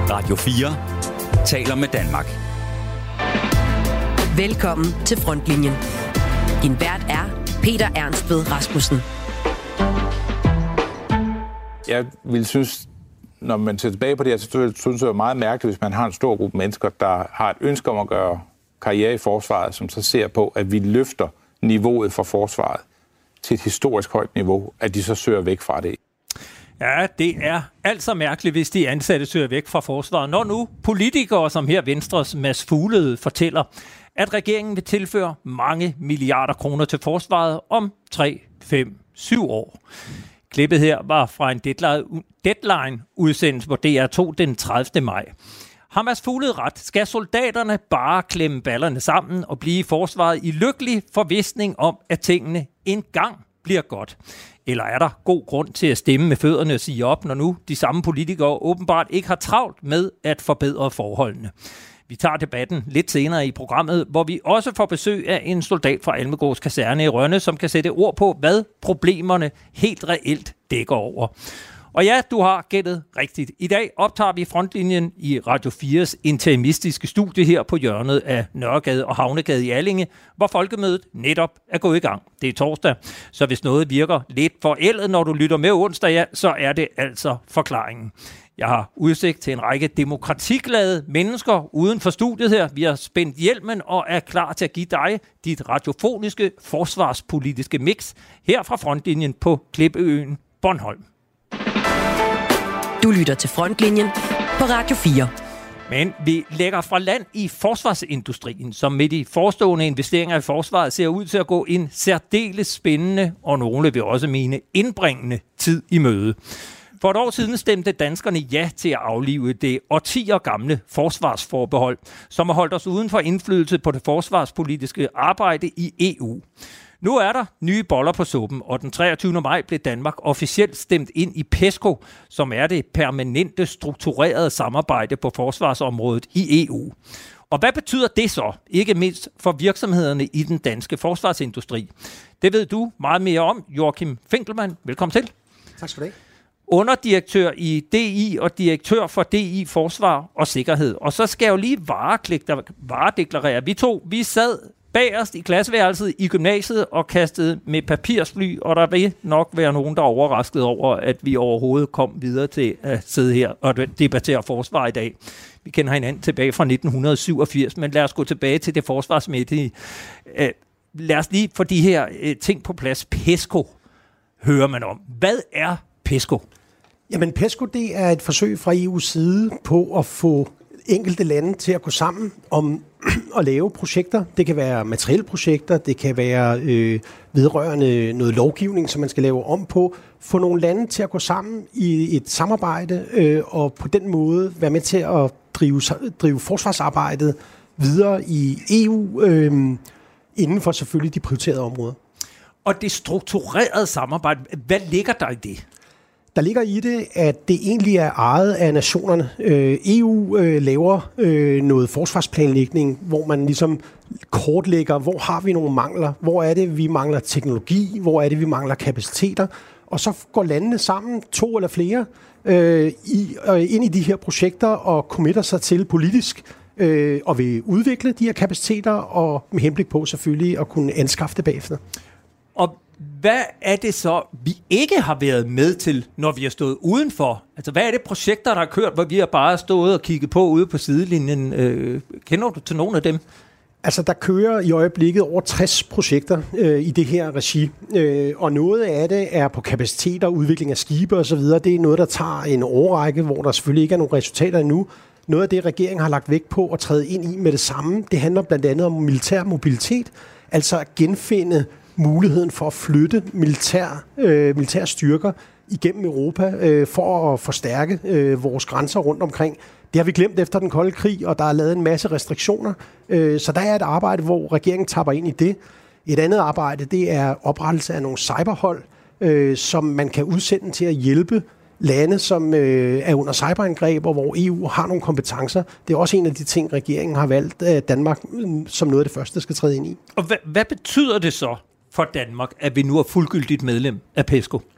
Radio 4 taler med Danmark. Velkommen til Frontlinjen. Din vært er Peter Ernstved Rasmussen. Jeg vil synes, når man ser tilbage på det her, så synes jeg det er meget mærkeligt, hvis man har en stor gruppe mennesker, der har et ønske om at gøre karriere i forsvaret, som så ser på, at vi løfter niveauet for forsvaret til et historisk højt niveau, at de så søger væk fra det. Ja, det er altså mærkeligt, hvis de ansatte søger væk fra forsvaret. Når nu politikere, som her Venstres Mads Fuglede, fortæller, at regeringen vil tilføre mange milliarder kroner til forsvaret om 3, 5, 7 år. Klippet her var fra en Deadline-udsendelse på DR2 den 30. maj. Har Mads Fuglede ret? Skal soldaterne bare klemme ballerne sammen og blive i forsvaret i lykkelig forvisning om, at tingene engang bliver godt? Eller er der god grund til at stemme med fødderne og sige op, når nu de samme politikere åbenbart ikke har travlt med at forbedre forholdene? Vi tager debatten lidt senere i programmet, hvor vi også får besøg af en soldat fra Almegårds kaserne i Rønne, som kan sætte ord på, hvad problemerne helt reelt dækker over. Og ja, du har gættet rigtigt. I dag optager vi Frontlinjen i Radio 4's interimistiske studie her på hjørnet af Nørregade og Havnegade i Allinge, hvor folkemødet netop er gået i gang. Det er torsdag, så hvis noget virker lidt forældet, når du lytter med onsdag, ja, så er det altså forklaringen. Jeg har udsigt til en række demokratiglade mennesker uden for studiet her. Vi har spændt hjelmen og er klar til at give dig dit radiofoniske forsvarspolitiske mix her fra Frontlinjen på Klippeøen Bornholm. Du lytter til Frontlinjen på Radio 4. Men vi lægger fra land i forsvarsindustrien, som med de forestående investeringer i forsvaret ser ud til at gå en særdeles spændende og nogle vil også mene indbringende tid i møde. For et år siden stemte danskerne ja til at aflive det årtier gamle forsvarsforbehold, som har holdt os uden for indflydelse på det forsvarspolitiske arbejde i EU. Nu er der nye boller på suppen, og den 23. maj blev Danmark officielt stemt ind i PESCO, som er det permanente strukturerede samarbejde på forsvarsområdet i EU. Og hvad betyder det så, ikke mindst for virksomhederne i den danske forsvarsindustri? Det ved du meget mere om, Joachim Finkelmann. Velkommen til. Tak skal du have. Underdirektør i DI og direktør for DI Forsvar og Sikkerhed. Og så skal jeg jo lige varedeklarere. Vi sad bagerst i klasseværelset i gymnasiet og kastede med papirsfly, og der vil nok være nogen, der er overrasket over, at vi overhovedet kom videre til at sidde her og debattere forsvar i dag. Vi kender hinanden tilbage fra 1987, men lad os gå tilbage til det forsvarsmæssige. Lad os lige få de her ting på plads. PESCO hører man om. Hvad er PESCO? Jamen PESCO, det er et forsøg fra EU's side på at få enkelte lande til at gå sammen om at lave projekter. Det kan være materielprojekter, det kan være vedrørende noget lovgivning, som man skal lave om på. Få nogle lande til at gå sammen i et samarbejde og på den måde være med til at drive forsvarsarbejdet videre i EU inden for selvfølgelig de prioriterede områder. Og det strukturerede samarbejde, hvad ligger der i det? Der ligger i det, at det egentlig er ejet af nationerne. EU laver noget forsvarsplanlægning, hvor man ligesom kortlægger, hvor har vi nogle mangler, hvor er det, vi mangler teknologi, hvor er det, vi mangler kapaciteter, og så går landene sammen, 2 eller flere, ind i de her projekter og committer sig til politisk og vil udvikle de her kapaciteter og med henblik på selvfølgelig at kunne anskaffe det bagefter. Og hvad er det så, vi ikke har været med til, når vi har stået udenfor? Altså, hvad er det projekter, der har kørt, hvor vi har bare stået og kigget på ude på sidelinjen? Kender du til nogle af dem? Altså, der kører i øjeblikket over 60 projekter i det her regi, og noget af det er på kapaciteter, udvikling af skibe osv. Det er noget, der tager en årrække, hvor der selvfølgelig ikke er nogen resultater endnu. Noget af det, regeringen har lagt vægt på at træde ind i med det samme, det handler blandt andet om militær mobilitet, altså at genfinde muligheden for at flytte militære styrker igennem Europa for at forstærke vores grænser rundt omkring. Det har vi glemt efter den kolde krig, og der er lavet en masse restriktioner. Så der er et arbejde, hvor regeringen tapper ind i det. Et andet arbejde, det er oprettelse af nogle cyberhold, som man kan udsende til at hjælpe lande, som er under cyberangreb, og hvor EU har nogle kompetencer. Det er også en af de ting, regeringen har valgt Danmark som noget af det første, der skal træde ind i. Og hvad betyder det så for Danmark, at vi nu er fuldgyldigt medlem af PESCO?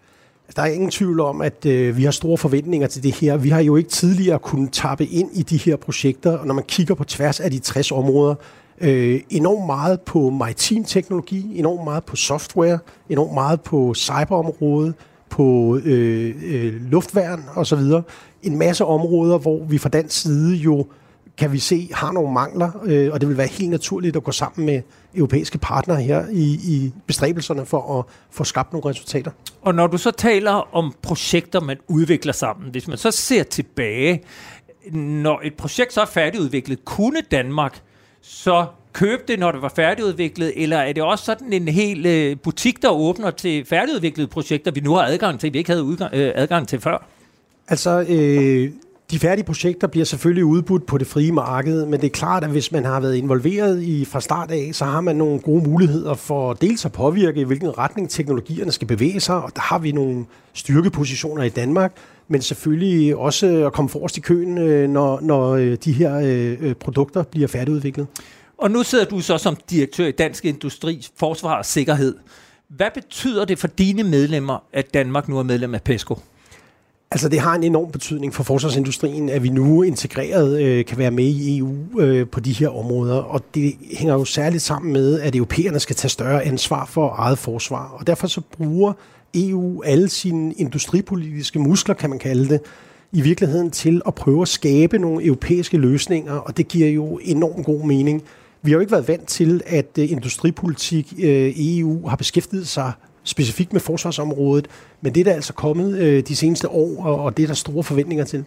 Der er ingen tvivl om, at vi har store forventninger til det her. Vi har jo ikke tidligere kunnet tappe ind i de her projekter, og når man kigger på tværs af de 60 områder, enormt meget på maritim teknologi, enormt meget på software, enormt meget på cyberområdet, på luftværn osv. En masse områder, hvor vi fra dansk side jo kan vi se, har nogle mangler, og det vil være helt naturligt at gå sammen med europæiske partnere her i bestræbelserne for at få skabt nogle resultater. Og når du så taler om projekter, man udvikler sammen, hvis man så ser tilbage, når et projekt så er færdigudviklet, kunne Danmark så købe det, når det var færdigudviklet, eller er det også sådan en hel butik, der åbner til færdigudviklede projekter, vi nu har adgang til, vi ikke havde adgang til før? Altså, de færdige projekter bliver selvfølgelig udbudt på det frie marked, men det er klart, at hvis man har været involveret fra start af, så har man nogle gode muligheder for dels at påvirke, i hvilken retning teknologierne skal bevæge sig, og der har vi nogle styrkepositioner i Danmark, men selvfølgelig også at komme forrest i køen, når de her produkter bliver færdigudviklet. Og nu sidder du så som direktør i Dansk Industri, Forsvar og Sikkerhed. Hvad betyder det for dine medlemmer, at Danmark nu er medlem af PESCO? Altså det har en enorm betydning for forsvarsindustrien, at vi nu integreret kan være med i EU på de her områder, og det hænger jo særligt sammen med, at europæerne skal tage større ansvar for eget forsvar, og derfor så bruger EU alle sine industripolitiske muskler, kan man kalde det, i virkeligheden til at prøve at skabe nogle europæiske løsninger, og det giver jo enormt god mening. Vi har jo ikke været vant til, at industripolitik i EU har beskæftiget sig specifikt med forsvarsområdet, men det er der altså kommet de seneste år, og det er der store forventninger til.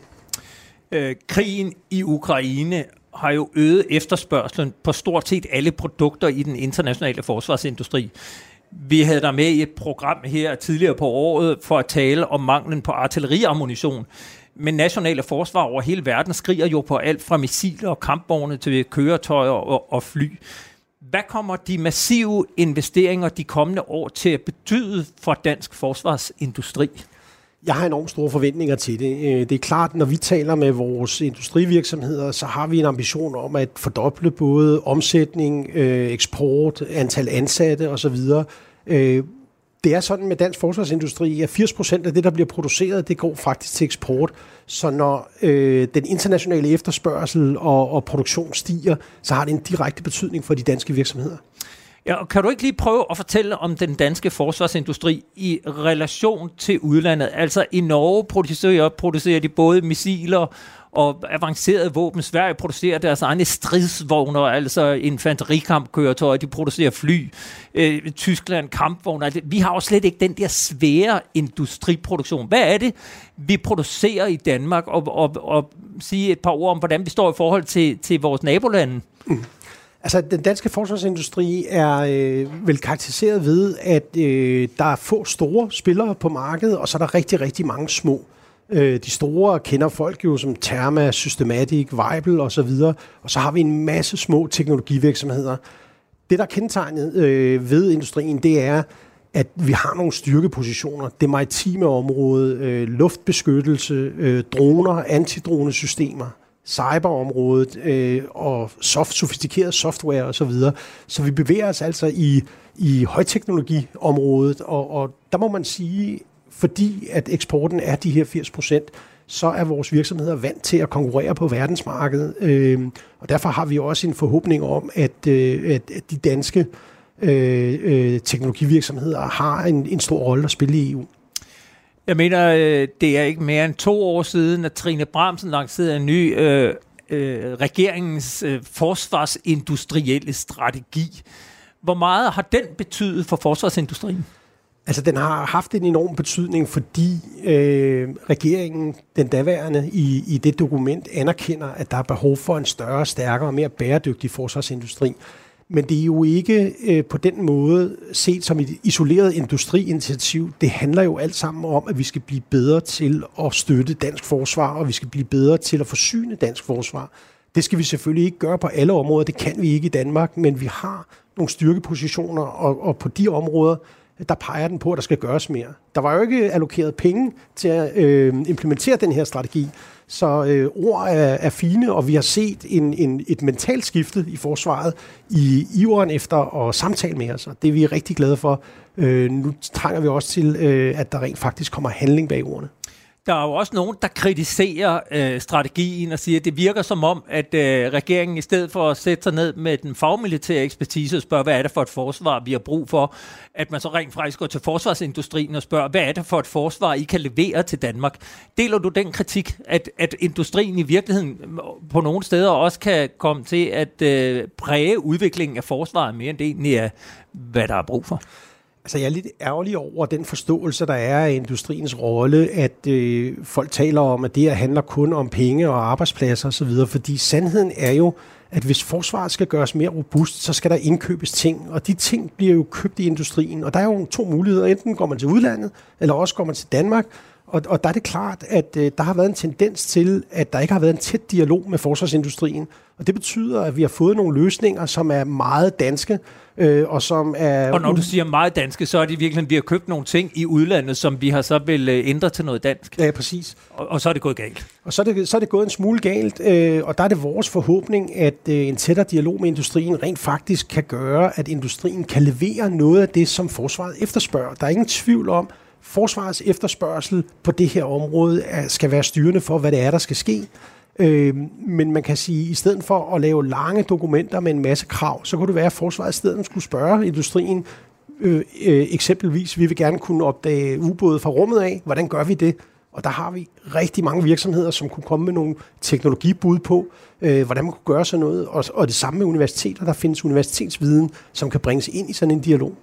Krigen i Ukraine har jo øget efterspørgslen på stort set alle produkter i den internationale forsvarsindustri. Vi havde der med i et program her tidligere på året for at tale om manglen på artilleriammunition. Men nationale forsvar over hele verden skriger jo på alt fra missiler og kampvogne til køretøjer og fly. Hvad kommer de massive investeringer de kommende år til at betyde for dansk forsvarsindustri? Jeg har enormt store forventninger til det. Det er klart, når vi taler med vores industrivirksomheder, så har vi en ambition om at fordoble både omsætning, eksport, antal ansatte osv. Det er sådan med dansk forsvarsindustri, at 80% af det, der bliver produceret, det går faktisk til eksport. Så når den internationale efterspørgsel og produktion stiger, så har det en direkte betydning for de danske virksomheder. Ja, og kan du ikke lige prøve at fortælle om den danske forsvarsindustri i relation til udlandet? Altså i Norge producerer de både missiler og avancerede våben. Sverige producerer deres egne stridsvogner, altså infanterikampkøretøjer, de producerer fly. Tyskland kampvogner. Altså, vi har jo slet ikke den der svære industriproduktion. Hvad er det, vi producerer i Danmark? Og sige et par ord om, hvordan vi står i forhold til vores nabolande. Altså, den danske forsvarsindustri er vel karakteriseret ved, at der er få store spillere på markedet, og så er der rigtig, rigtig mange små. De store kender folk jo som Therma, Systematic, Weibel osv., og så har vi en masse små teknologivirksomheder. Det, der er kendetegnet ved industrien, det er, at vi har nogle styrkepositioner. Det maritime område, luftbeskyttelse, droner, antidronesystemer, cyberområdet og sofistikeret software osv. Så vi bevæger os altså i højteknologiområdet, og der må man sige, fordi at eksporten er de her 80%, så er vores virksomheder vant til at konkurrere på verdensmarkedet. Og derfor har vi også en forhåbning om, at de danske teknologivirksomheder har en stor rolle at spille i EU. Jeg mener, det er ikke mere end 2 år siden, at Trine Bramsen lancerede en ny regeringens forsvarsindustrielle strategi. Hvor meget har den betydet for forsvarsindustrien? Altså, den har haft en enorm betydning, fordi regeringen, den daværende, i det dokument anerkender, at der er behov for en større, stærkere og mere bæredygtig forsvarsindustri. Men det er jo ikke på den måde set som et isoleret industriinitiativ. Det handler jo alt sammen om, at vi skal blive bedre til at støtte dansk forsvar, og vi skal blive bedre til at forsyne dansk forsvar. Det skal vi selvfølgelig ikke gøre på alle områder. Det kan vi ikke i Danmark, men vi har nogle styrkepositioner, og på de områder der peger den på, at der skal gøres mere. Der var jo ikke allokeret penge til at implementere den her strategi, så ord er fine, og vi har set et mentalt skifte i forsvaret i iveren efter at samtale med os, og det er vi rigtig glade for. Nu trænger vi også til, at der rent faktisk kommer handling bag ordene. Der er jo også nogen, der kritiserer strategien og siger, at det virker som om, at regeringen i stedet for at sætte sig ned med den fagmilitære ekspertise og spørge, hvad er det for et forsvar, vi har brug for, at man så rent faktisk går til forsvarsindustrien og spørger, hvad er det for et forsvar, I kan levere til Danmark? Deler du den kritik, at industrien i virkeligheden på nogle steder også kan komme til at præge udviklingen af forsvaret mere end det egentlig er, hvad der er brug for? Altså, jeg er lidt ærgerlig over den forståelse, der er af industriens rolle, at folk taler om, at det her handler kun om penge og arbejdspladser osv., fordi sandheden er jo, at hvis forsvaret skal gøres mere robust, så skal der indkøbes ting, og de ting bliver jo købt i industrien, og der er jo 2 muligheder. Enten går man til udlandet, eller også går man til Danmark, og der er det klart, at der har været en tendens til, at der ikke har været en tæt dialog med forsvarsindustrien, og det betyder, at vi har fået nogle løsninger, som er meget danske, og som er... Og når du siger meget danske, så er det virkelig, at vi har købt nogle ting i udlandet, som vi har så vil ændre til noget dansk. Ja, præcis. Og så er det gået galt. Og så er det gået en smule galt, og der er det vores forhåbning, at en tættere dialog med industrien rent faktisk kan gøre, at industrien kan levere noget af det, som forsvaret efterspørger. Der er ingen tvivl om, forsvarets efterspørgsel på det her område skal være styrende for, hvad det er, der skal ske. Men man kan sige, at i stedet for at lave lange dokumenter med en masse krav, så kunne det være, at forsvaret i stedet skulle spørge industrien, eksempelvis, vi vil gerne kunne opdage ubåde fra rummet af. Hvordan gør vi det? Og der har vi rigtig mange virksomheder, som kunne komme med nogle teknologibud på, hvordan man kunne gøre sådan noget. Og det samme med universiteter. Der findes universitetsviden, som kan bringes ind i sådan en dialog.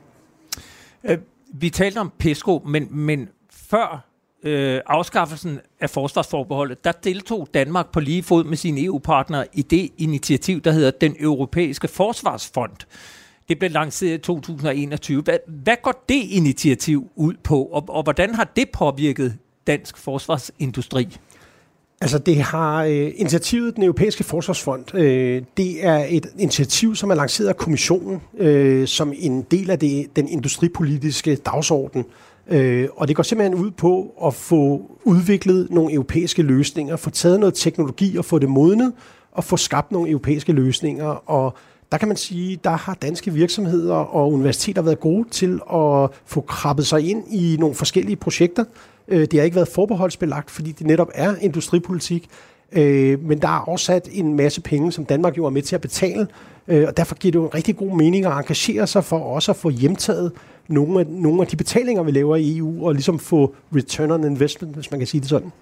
Vi talte om PESCO, men før afskaffelsen af forsvarsforbeholdet, der deltog Danmark på lige fod med sine EU-partnere i det initiativ, der hedder Den Europæiske Forsvarsfond. Det blev lanceret i 2021. Hvad går det initiativ ud på, og hvordan har det påvirket dansk forsvarsindustri? Altså det har initiativet, Den Europæiske Forsvarsfond, det er et initiativ, som er lanceret af kommissionen som en del af den industripolitiske dagsorden. Og det går simpelthen ud på at få udviklet nogle europæiske løsninger, få taget noget teknologi og få det modnet, og få skabt nogle europæiske løsninger. Og der kan man sige, der har danske virksomheder og universiteter været gode til at få krabbet sig ind i nogle forskellige projekter. Det har ikke været forbeholdsbelagt, fordi det netop er industripolitik. Men der er også sat en masse penge, som Danmark jo er med til at betale. Og derfor giver det jo en rigtig god mening at engagere sig for også at få hjemtaget nogle af de betalinger, vi laver i EU, og ligesom få return on investment, hvis man kan sige det sådan.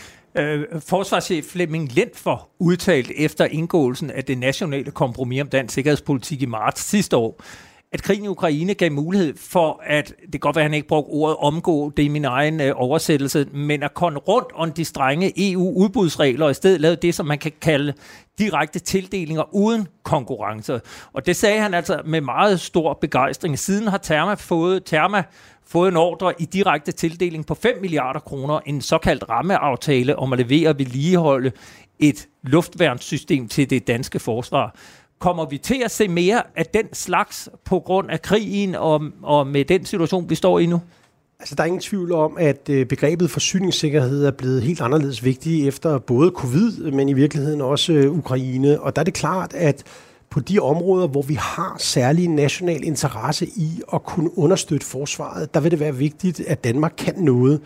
Forsvarschef Flemming Lentfor udtalt efter indgåelsen af det nationale kompromis om dansk sikkerhedspolitik i marts sidste år, at krigen i Ukraine gav mulighed for, at det kan godt være, at han ikke brugte ordet omgå, det er min egen oversættelse, men at komme rundt om de strenge EU-udbudsregler, og i stedet lave det, som man kan kalde direkte tildelinger uden konkurrence. Og det sagde han altså med meget stor begejstring. Siden har Therma fået en ordre i direkte tildeling på 5 milliarder kroner, en såkaldt rammeaftale om at levere og vedligeholde et luftværnssystem til det danske forsvar. Kommer vi til at se mere af den slags på grund af krigen og med den situation, vi står i nu? Altså, der er ingen tvivl om, at begrebet forsyningssikkerhed er blevet helt anderledes vigtigt efter både covid, men i virkeligheden også Ukraine. Og der er det klart, at på de områder, hvor vi har særlig national interesse i at kunne understøtte forsvaret, der vil det være vigtigt, at Danmark kan noget.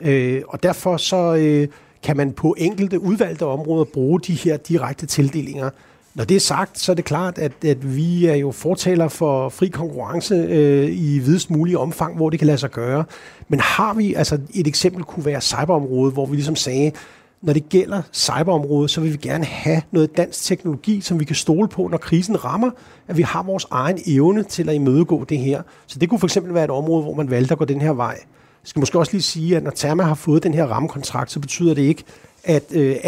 Og derfor så kan man på enkelte udvalgte områder bruge de her direkte tildelinger. Når det er sagt, så er det klart, at vi er jo fortaler for fri konkurrence i videst mulig omfang, hvor det kan lade sig gøre. Men har vi, altså et eksempel kunne være cyberområdet, hvor vi ligesom sagde, når det gælder cyberområdet, så vil vi gerne have noget dansk teknologi, som vi kan stole på, når krisen rammer, at vi har vores egen evne til at imødegå det her. Så det kunne for eksempel være et område, hvor man valgte at gå den her vej. Jeg skal måske også lige sige, at når Therma har fået den her rammekontrakt, så betyder det ikke, at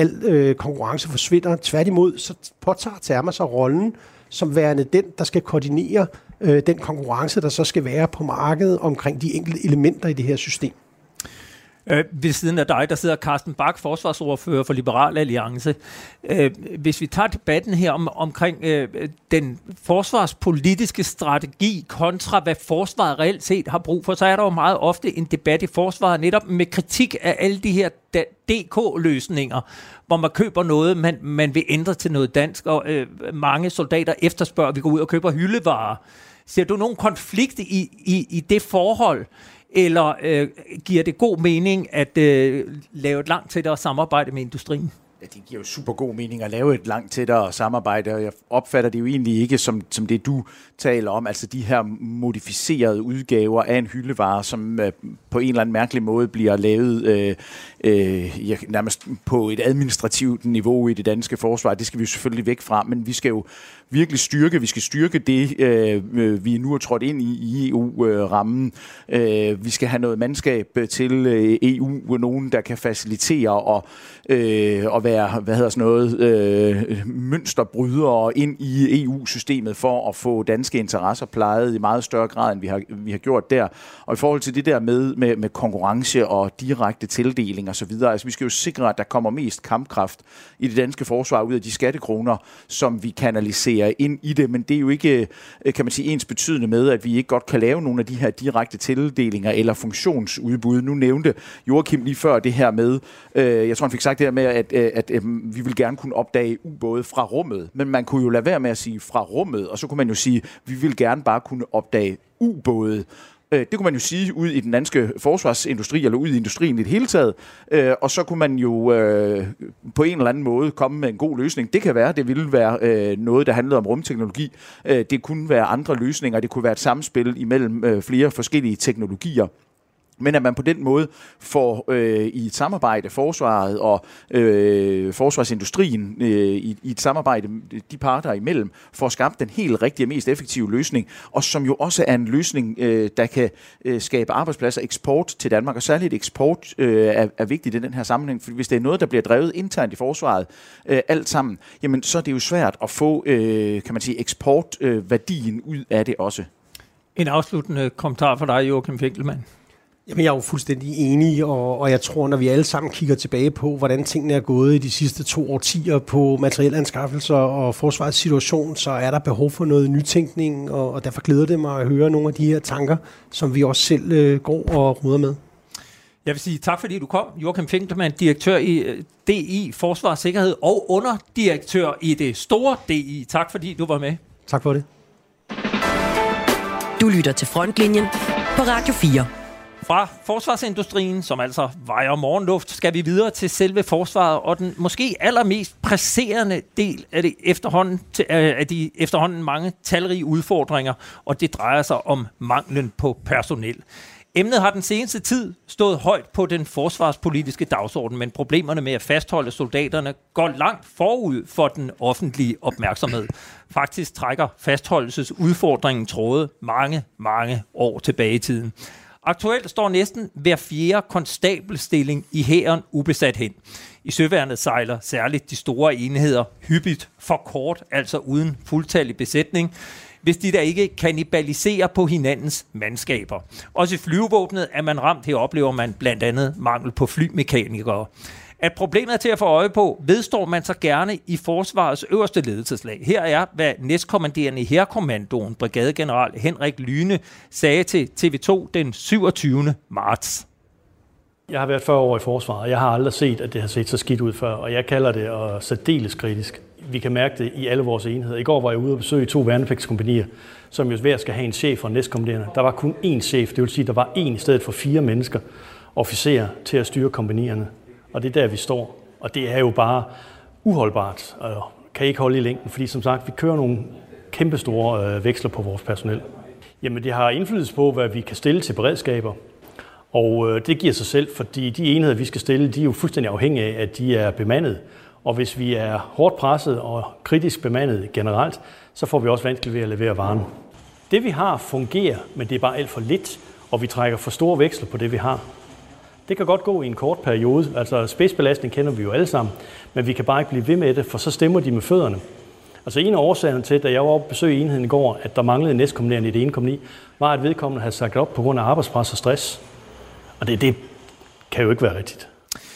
al konkurrence forsvinder. Tværtimod, så påtager Therma sig rollen som værende den, der skal koordinere den konkurrence, der så skal være på markedet omkring de enkelte elementer i det her system. Ved siden af dig, der sidder Carsten Bach, forsvarsordfører for Liberal Alliance. Hvis vi tager debatten her omkring den forsvarspolitiske strategi kontra hvad forsvaret reelt set har brug for, så er der jo meget ofte en debat i forsvaret netop med kritik af alle de her DK-løsninger, hvor man køber noget, man vil ændre til noget dansk, og mange soldater efterspørger, at vi går ud og køber hyldevarer. Ser du nogen konflikt i det forhold, eller giver det god mening at lave et langt tættere samarbejde med industrien? Ja, det giver jo super god mening at lave et langt tættere samarbejde, og jeg opfatter det jo egentlig ikke som det, du taler om, altså de her modificerede udgaver af en hyldevare, som på en eller anden mærkelig måde bliver lavet nærmest på et administrativt niveau i det danske forsvar. Det skal vi jo selvfølgelig væk fra, men vi skal jo virkelig styrke det, vi nu har trådt ind i EU-rammen. Vi skal have noget mandskab til EU, nogen, der kan facilitere og være, mønsterbrydere ind i EU-systemet for at få danske interesser plejet i meget større grad, end vi har gjort der. Og i forhold til det der med konkurrence og direkte tildeling og så videre, altså vi skal jo sikre, at der kommer mest kampkraft i det danske forsvar ud af de skattekroner, som vi kanaliserer ind i det, men det er jo ikke, kan man sige, ens betydende med, at vi ikke godt kan lave nogle af de her direkte tildelinger eller funktionsudbud. Nu nævnte Joachim lige før det her med, jeg tror han fik sagt det her med, at vi vil gerne kunne opdage ubåde fra rummet, men man kunne jo lade være med at sige fra rummet, og så kunne man jo sige, vi vil gerne bare kunne opdage ubåde. Det kunne man jo sige ud i den danske forsvarsindustri, eller ud i industrien i det hele taget, og så kunne man jo på en eller anden måde komme med en god løsning. Det kan være, det ville være noget, der handlede om rumteknologi. Det kunne være andre løsninger, det kunne være et samspil imellem flere forskellige teknologier. Men at man på den måde får i et samarbejde, forsvaret og forsvarsindustrien, i et samarbejde de parter imellem, får skabt den helt rigtige og mest effektive løsning, og som jo også er en løsning, der kan skabe arbejdspladser, eksport til Danmark, og særligt eksport er vigtigt i den her sammenhæng, for hvis det er noget, der bliver drevet internt i forsvaret, alt sammen, jamen så er det jo svært at få, kan man sige, eksportværdien ud af det også. En afsluttende kommentar fra dig, Joachim Finkelmann. Jamen, jeg er jo fuldstændig enig, og jeg tror, når vi alle sammen kigger tilbage på, hvordan tingene er gået i de sidste 2 årtier på materielanskaffelser og forsvarets situation, så er der behov for noget nytænkning, og derfor glæder det mig at høre nogle af de her tanker, som vi også selv går og ruder med. Jeg vil sige tak, fordi du kom. Joachim Finkelmann, direktør i DI, Forsvar og Sikkerhed, og underdirektør i det store DI. Tak, fordi du var med. Tak for det. Du lytter til Frontlinjen på Radio 4. Fra forsvarsindustrien, som altså vejer morgenluft, skal vi videre til selve forsvaret, og den måske allermest presserende del af de efterhånden mange talrige udfordringer, og det drejer sig om manglen på personel. Emnet har den seneste tid stået højt på den forsvarspolitiske dagsorden, men problemerne med at fastholde soldaterne går langt forud for den offentlige opmærksomhed. Faktisk trækker fastholdelsesudfordringen tråde mange år tilbage i tiden. Aktuelt står næsten hver 4. konstabelstilling i hæren ubesat hen. I søværnet sejler særligt de store enheder hyppigt for kort, altså uden fuldtallig besætning, hvis de der ikke kannibaliserer på hinandens mandskaber. Også i flyvevåbnet er man ramt. Her oplever man blandt andet mangel på flymekanikere. At problemet er til at få øje på, vedstår man så gerne i forsvarets øverste ledelseslag. Her er, hvad næstkommanderende i Hærkommandoen, brigadegeneral Henrik Lyne, sagde til TV2 den 27. marts. Jeg har været 40 år i forsvaret, og jeg har aldrig set, at det har set så skidt ud før, og jeg kalder det særdeles kritisk. Vi kan mærke det i alle vores enheder. I går var jeg ude og besøge 2 værnepligtskompagnier, som jo hver skal have en chef og en næstkommanderende. Der var kun én chef, det vil sige, at der var én i stedet for 4 mennesker, officerer, til at styre kompagnierne. Og det er der, vi står. Og det er jo bare uholdbart, og kan ikke holde i længden, fordi som sagt, vi kører nogle kæmpestore veksler på vores personel. Jamen, det har indflydelse på, hvad vi kan stille til beredskaber. Og det giver sig selv, fordi de enheder, vi skal stille, de er jo fuldstændig afhængige af, at de er bemandet. Og hvis vi er hårdt presset og kritisk bemandet generelt, så får vi også vanskeligt ved at levere varen. Det vi har fungerer, men det er bare alt for lidt, og vi trækker for store veksler på det, vi har. Det kan godt gå i en kort periode, altså spidsbelastning kender vi jo alle sammen, men vi kan bare ikke blive ved med det, for så stemmer de med fødderne. Altså en af årsagerne til, da jeg var oppe og besøgte enheden i går, at der manglede en næstkommanderende i det ene kompagni, var, at vedkommende havde sagt op på grund af arbejdspres og stress. Og det kan jo ikke være rigtigt.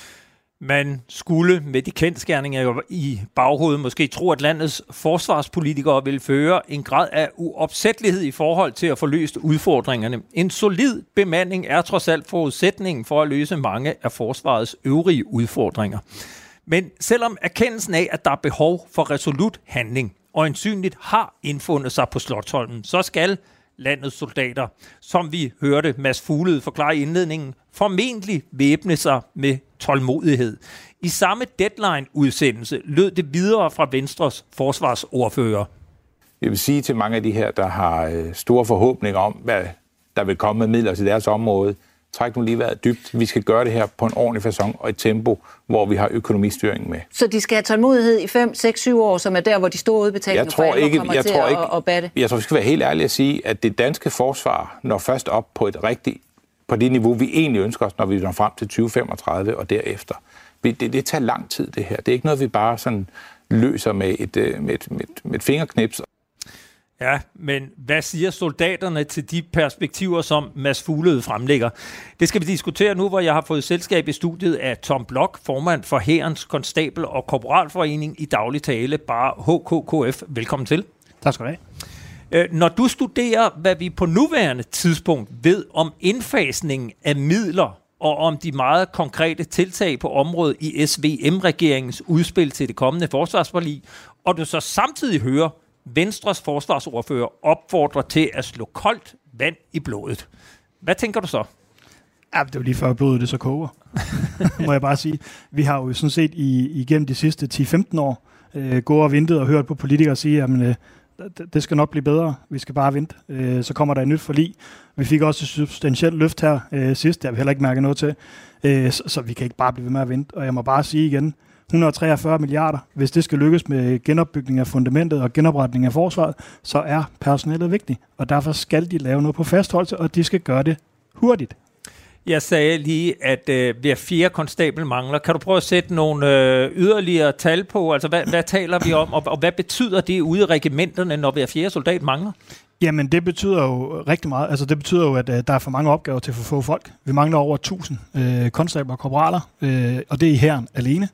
Man skulle med de kendsgerninger i baghovedet måske tro, at landets forsvarspolitikere vil føre en grad af uopsættelighed i forhold til at få løst udfordringerne. En solid bemanding er trods alt forudsætningen for at løse mange af forsvarets øvrige udfordringer. Men selvom erkendelsen af, at der er behov for resolut handling, øjensynligt har indfundet sig på Slotsholmen, så skal landets soldater, som vi hørte Mads Fuglede forklare i indledningen, formentlig væbne sig med tålmodighed. I samme deadline-udsendelse lød det videre fra Venstres forsvarsordfører. Jeg vil sige til mange af de her, der har store forhåbninger om, hvad der vil komme med midler til deres område, træk nu lige vejret dybt. Vi skal gøre det her på en ordentlig facon og et tempo, hvor vi har økonomistyringen med. Så de skal have tålmodighed i 5, 6, 7 år, som er der, hvor de store udbetalinger for alvor kommer til at batte? Jeg tror, vi skal være helt ærlige at sige, at det danske forsvar når først op på på det niveau, vi egentlig ønsker os, når vi når frem til 2035 og derefter. Det tager lang tid, det her. Det er ikke noget, vi bare sådan løser med et fingerknips. Ja, men hvad siger soldaterne til de perspektiver, som Mads Fuglede fremlægger? Det skal vi diskutere nu, hvor jeg har fået selskab i studiet af Tom Blok, formand for Hærens Konstabel- og Korporalforening, i daglig tale, bare HKKF. Velkommen til. Tak skal du have. Når du studerer, hvad vi på nuværende tidspunkt ved om indfasningen af midler og om de meget konkrete tiltag på området i SVM-regeringens udspil til det kommende forsvarsforlig, og du så samtidig hører Venstres forsvarsordfører opfordrer til at slå koldt vand i blodet. Hvad tænker du så? Ja, det er jo lige før blodet det så koger, må jeg bare sige. Vi har jo sådan set igennem de sidste 10-15 år gået og ventet og hørt på politikere sige, at det skal nok blive bedre, vi skal bare vente. Så kommer der et nyt forlig. Vi fik også et substantielt løft her sidst, det har vi heller ikke mærket noget til. Så vi kan ikke bare blive ved med at vente. Og jeg må bare sige igen, 143 milliarder. Hvis det skal lykkes med genopbygning af fundamentet og genopretning af forsvaret, så er personellet vigtigt. Og derfor skal de lave noget på fastholdelse, og de skal gøre det hurtigt. Jeg sagde lige, at hver 4. konstabel mangler. Kan du prøve at sætte nogle yderligere tal på? Altså, hvad taler vi om, og hvad betyder det ude i regimenterne, når hver 4. soldat mangler? Jamen, det betyder jo rigtig meget. Altså, det betyder jo, at der er for mange opgaver til for få folk. Vi mangler over 1000 konstabler og korporaler, og det er i hæren alene.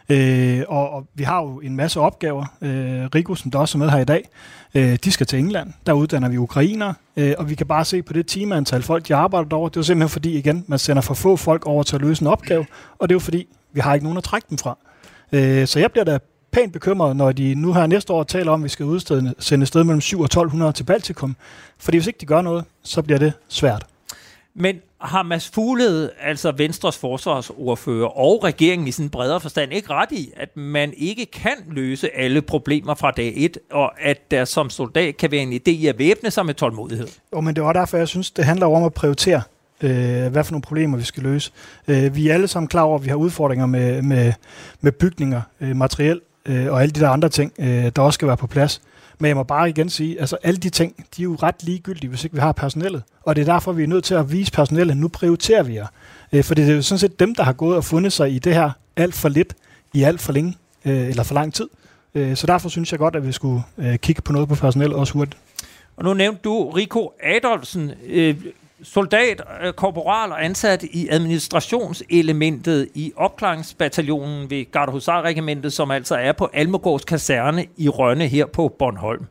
Og vi har jo en masse opgaver. Rico, som der også er med her i dag, de skal til England. Der uddanner vi ukrainere, og vi kan bare se på det timeantal folk, de arbejder derovre. Det er jo simpelthen fordi, igen, man sender for få folk over til at løse en opgave, og det er jo fordi, vi har ikke nogen at trække dem fra. Så jeg bliver da pænt bekymret, når de nu her næste år taler om, at vi skal sende sted mellem 7 og 1200 til Baltikum. Fordi hvis ikke de gør noget, så bliver det svært. Men har Mads Fuglede, altså Venstres forsvarsordfører og regeringen i sin bredere forstand, ikke ret i, at man ikke kan løse alle problemer fra dag 1, og at der som soldat kan være en idé i at væbne sig med tålmodighed? Jo, men det var derfor, jeg synes, det handler om at prioritere, hvad for nogle problemer vi skal løse. Vi er alle sammen klar over, at vi har udfordringer med bygninger, materiel og alle de der andre ting, der også skal være på plads. Men jeg må bare igen sige, altså alle de ting, de er jo ret ligegyldige, hvis ikke vi har personellet. Og det er derfor, vi er nødt til at vise personellet, nu prioriterer vi jer. For det er jo sådan set dem, der har gået og fundet sig i det her alt for lidt, i alt for længe, eller for lang tid. Så derfor synes jeg godt, at vi skulle kigge på noget på personellet også hurtigt. Og nu nævnte du Rico Adolfsen, soldat, korporal og ansat i administrationselementet i opklaringsbataljonen ved Gardehusarregimentet, som altså er på Almegårds kaserne i Rønne her på Bornholm.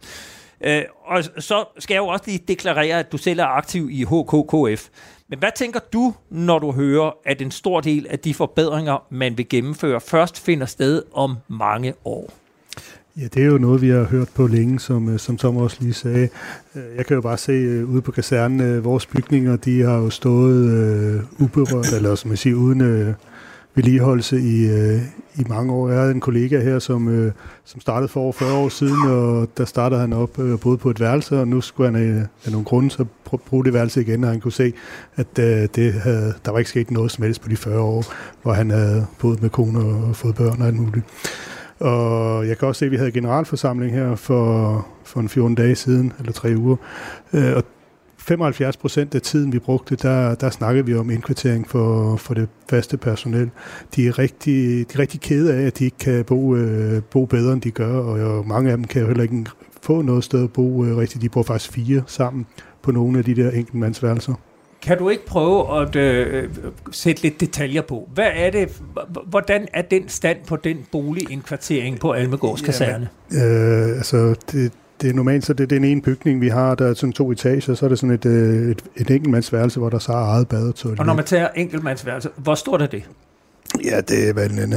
Og så skal jeg jo også lige deklarere, at du selv er aktiv i HKKF. Men hvad tænker du, når du hører, at en stor del af de forbedringer, man vil gennemføre, først finder sted om mange år? Ja, det er jo noget, vi har hørt på længe, som Tom også lige sagde. Jeg kan jo bare se ude på kasernen, vores bygninger, de har jo stået uberørt, eller som man siger, uden vedligeholdelse i mange år. Jeg havde en kollega her, som startede for over 40 år siden, og der startede han op både på et værelse, og nu skulle han af nogle grunde så bruge det værelse igen, og han kunne se, at der var ikke sket noget som helst på de 40 år, hvor han havde boet med kone og fået børn og alt muligt. Og jeg kan også se, at vi havde generalforsamling her for en 14 dage siden, eller 3 uger. Og 75% af tiden, vi brugte, der snakkede vi om indkvartering for det faste personel. De er rigtig kede af, at de ikke kan bo bedre, end de gør, og mange af dem kan jo heller ikke få noget sted at bo rigtigt. De bor faktisk 4 sammen på nogle af de der enkeltmandsværelser. Kan du ikke prøve at sætte lidt detaljer på? Hvad er det? Hvordan er den stand på den boligindkvartering på Almegårds Kaserne? Altså, det er normalt, så det er den ene bygning, vi har, der er sådan 2 etager, så er det sådan et enkeltmandsværelse, hvor der så er eget bad og toilet. Og når man tager enkeltmandsværelse, hvor stort er det? Ja, det er vel en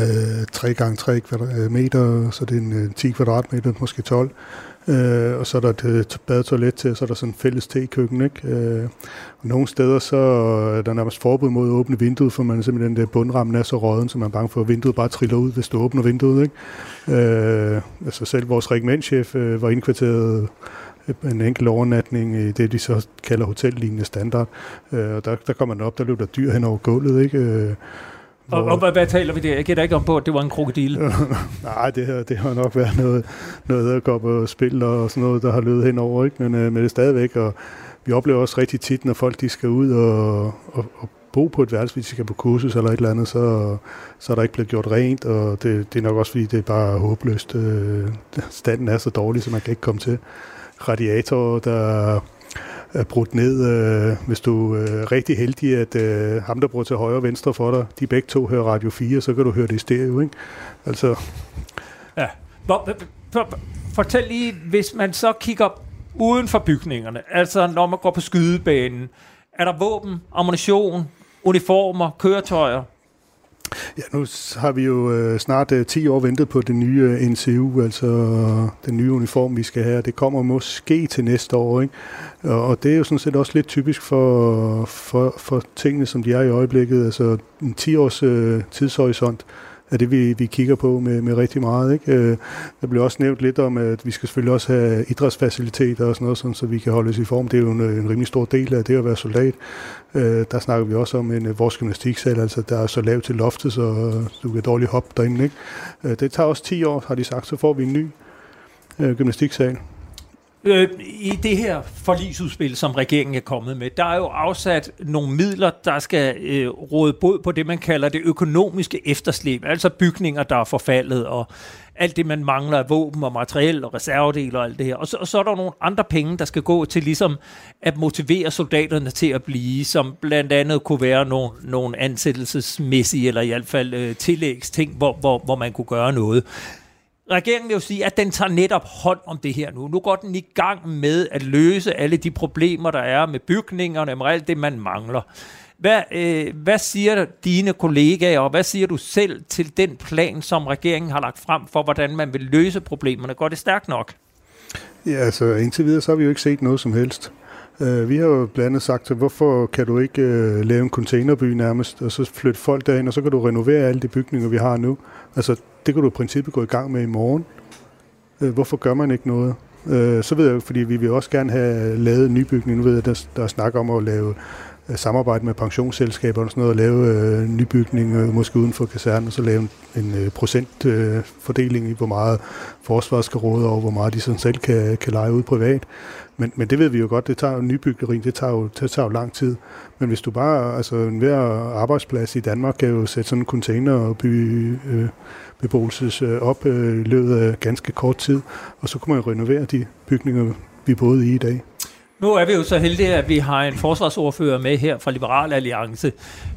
3x3 meter, så det er en 10 kvadratmeter, måske 12. Og så er der et bad og toilet til, og så er der sådan en fælles tekøkken, ikke? Nogle steder så er der nærmest forbud mod at åbne vinduet, for man simpelthen den bundrammen er så rådden, så man er bange for, at vinduet bare triller ud, hvis du åbner vinduet, ikke? Altså selv vores regimentschef var indkvarteret en enkelt overnatning i det, de så kalder hotellignende standard. Og der kom man op, der løb der dyr hen over gulvet, ikke? Og hvad taler vi der? Jeg gætter ikke om på, at det var en krokodille. Nej, det har nok været noget at gå på spil og sådan noget, der har løbet henover, ikke? Men det er stadigvæk, og vi oplever også rigtig tit, når folk de skal ud og bo på et værelse, hvis de skal på kursus eller et eller andet, så er der ikke blevet gjort rent, og det er nok også, fordi det er bare håbløst. Standen er så dårlig, så man kan ikke komme til. Radiatorer, der er brudt ned, hvis du er rigtig heldig, at ham, der bruger til højre og venstre for dig, de begge to hører Radio 4, så kan du høre det i stereo, ikke? Altså. Ja. Fortæl lige, hvis man så kigger uden for bygningerne, altså når man går på skydebanen, er der våben, ammunition, uniformer, køretøjer? Ja, nu har vi jo snart 10 år ventet på det nye NCU, altså den nye uniform, vi skal have. Det kommer måske til næste år, ikke? Og det er jo sådan set også lidt typisk for tingene, som de er i øjeblikket. Altså en 10-års tidshorisont er det, vi kigger på med rigtig meget, ikke? Der bliver også nævnt lidt om, at vi skal selvfølgelig også have idrætsfaciliteter og sådan noget, sådan, så vi kan holde os i form. Det er jo en rimelig stor del af det at være soldat. Der snakker vi også om vores gymnastiksal, altså der er så lavt til loftet, så du kan dårligt hoppe derinde, ikke? Det tager også 10 år, har de sagt, så får vi en ny gymnastiksal. I det her forligsudspil, som regeringen er kommet med, der er jo afsat nogle midler, der skal råde bod på det, man kalder det økonomiske efterslæb, altså bygninger, der er forfaldet, og alt det, man mangler af våben og materiel og reservedele og alt det her. Og så er der nogle andre penge, der skal gå til ligesom at motivere soldaterne til at blive, som blandt andet kunne være nogle ansættelsesmæssige, eller i hvert fald tillægsting, hvor man kunne gøre noget. Regeringen vil jo sige, at den tager netop hånd om det her nu. Nu går den i gang med at løse alle de problemer, der er med bygningerne, med alt det, man mangler. Hvad siger dine kollegaer, og hvad siger du selv til den plan, som regeringen har lagt frem for, hvordan man vil løse problemerne? Går det stærkt nok? Ja, altså indtil videre, så har vi jo ikke set noget som helst. Vi har jo blandt andet sagt, hvorfor kan du ikke lave en containerby nærmest, og så flytte folk derhen, og så kan du renovere alle de bygninger, vi har nu. Altså, det kan du i princippet gå i gang med i morgen. Hvorfor gør man ikke noget? Så ved jeg, fordi vi vil også gerne have lavet nybygning. Nu ved jeg, der er snak om at lave samarbejde med pensionsselskaber og sådan noget, og lave nybygning, måske uden for kasernen, og så lave en procentfordeling i, hvor meget forsvaret skal råde over, hvor meget de sådan selv kan leje ud privat. Men det ved vi jo godt, det tager jo nybyggeri, det tager jo lang tid. Men hvis du bare, altså enhver arbejdsplads i Danmark kan jo sætte sådan en container og beboelses op i løbet af ganske kort tid, og så kan man jo renovere de bygninger, vi boede i dag. Nu er vi jo så heldige, at vi har en forsvarsordfører med her fra Liberal Alliance.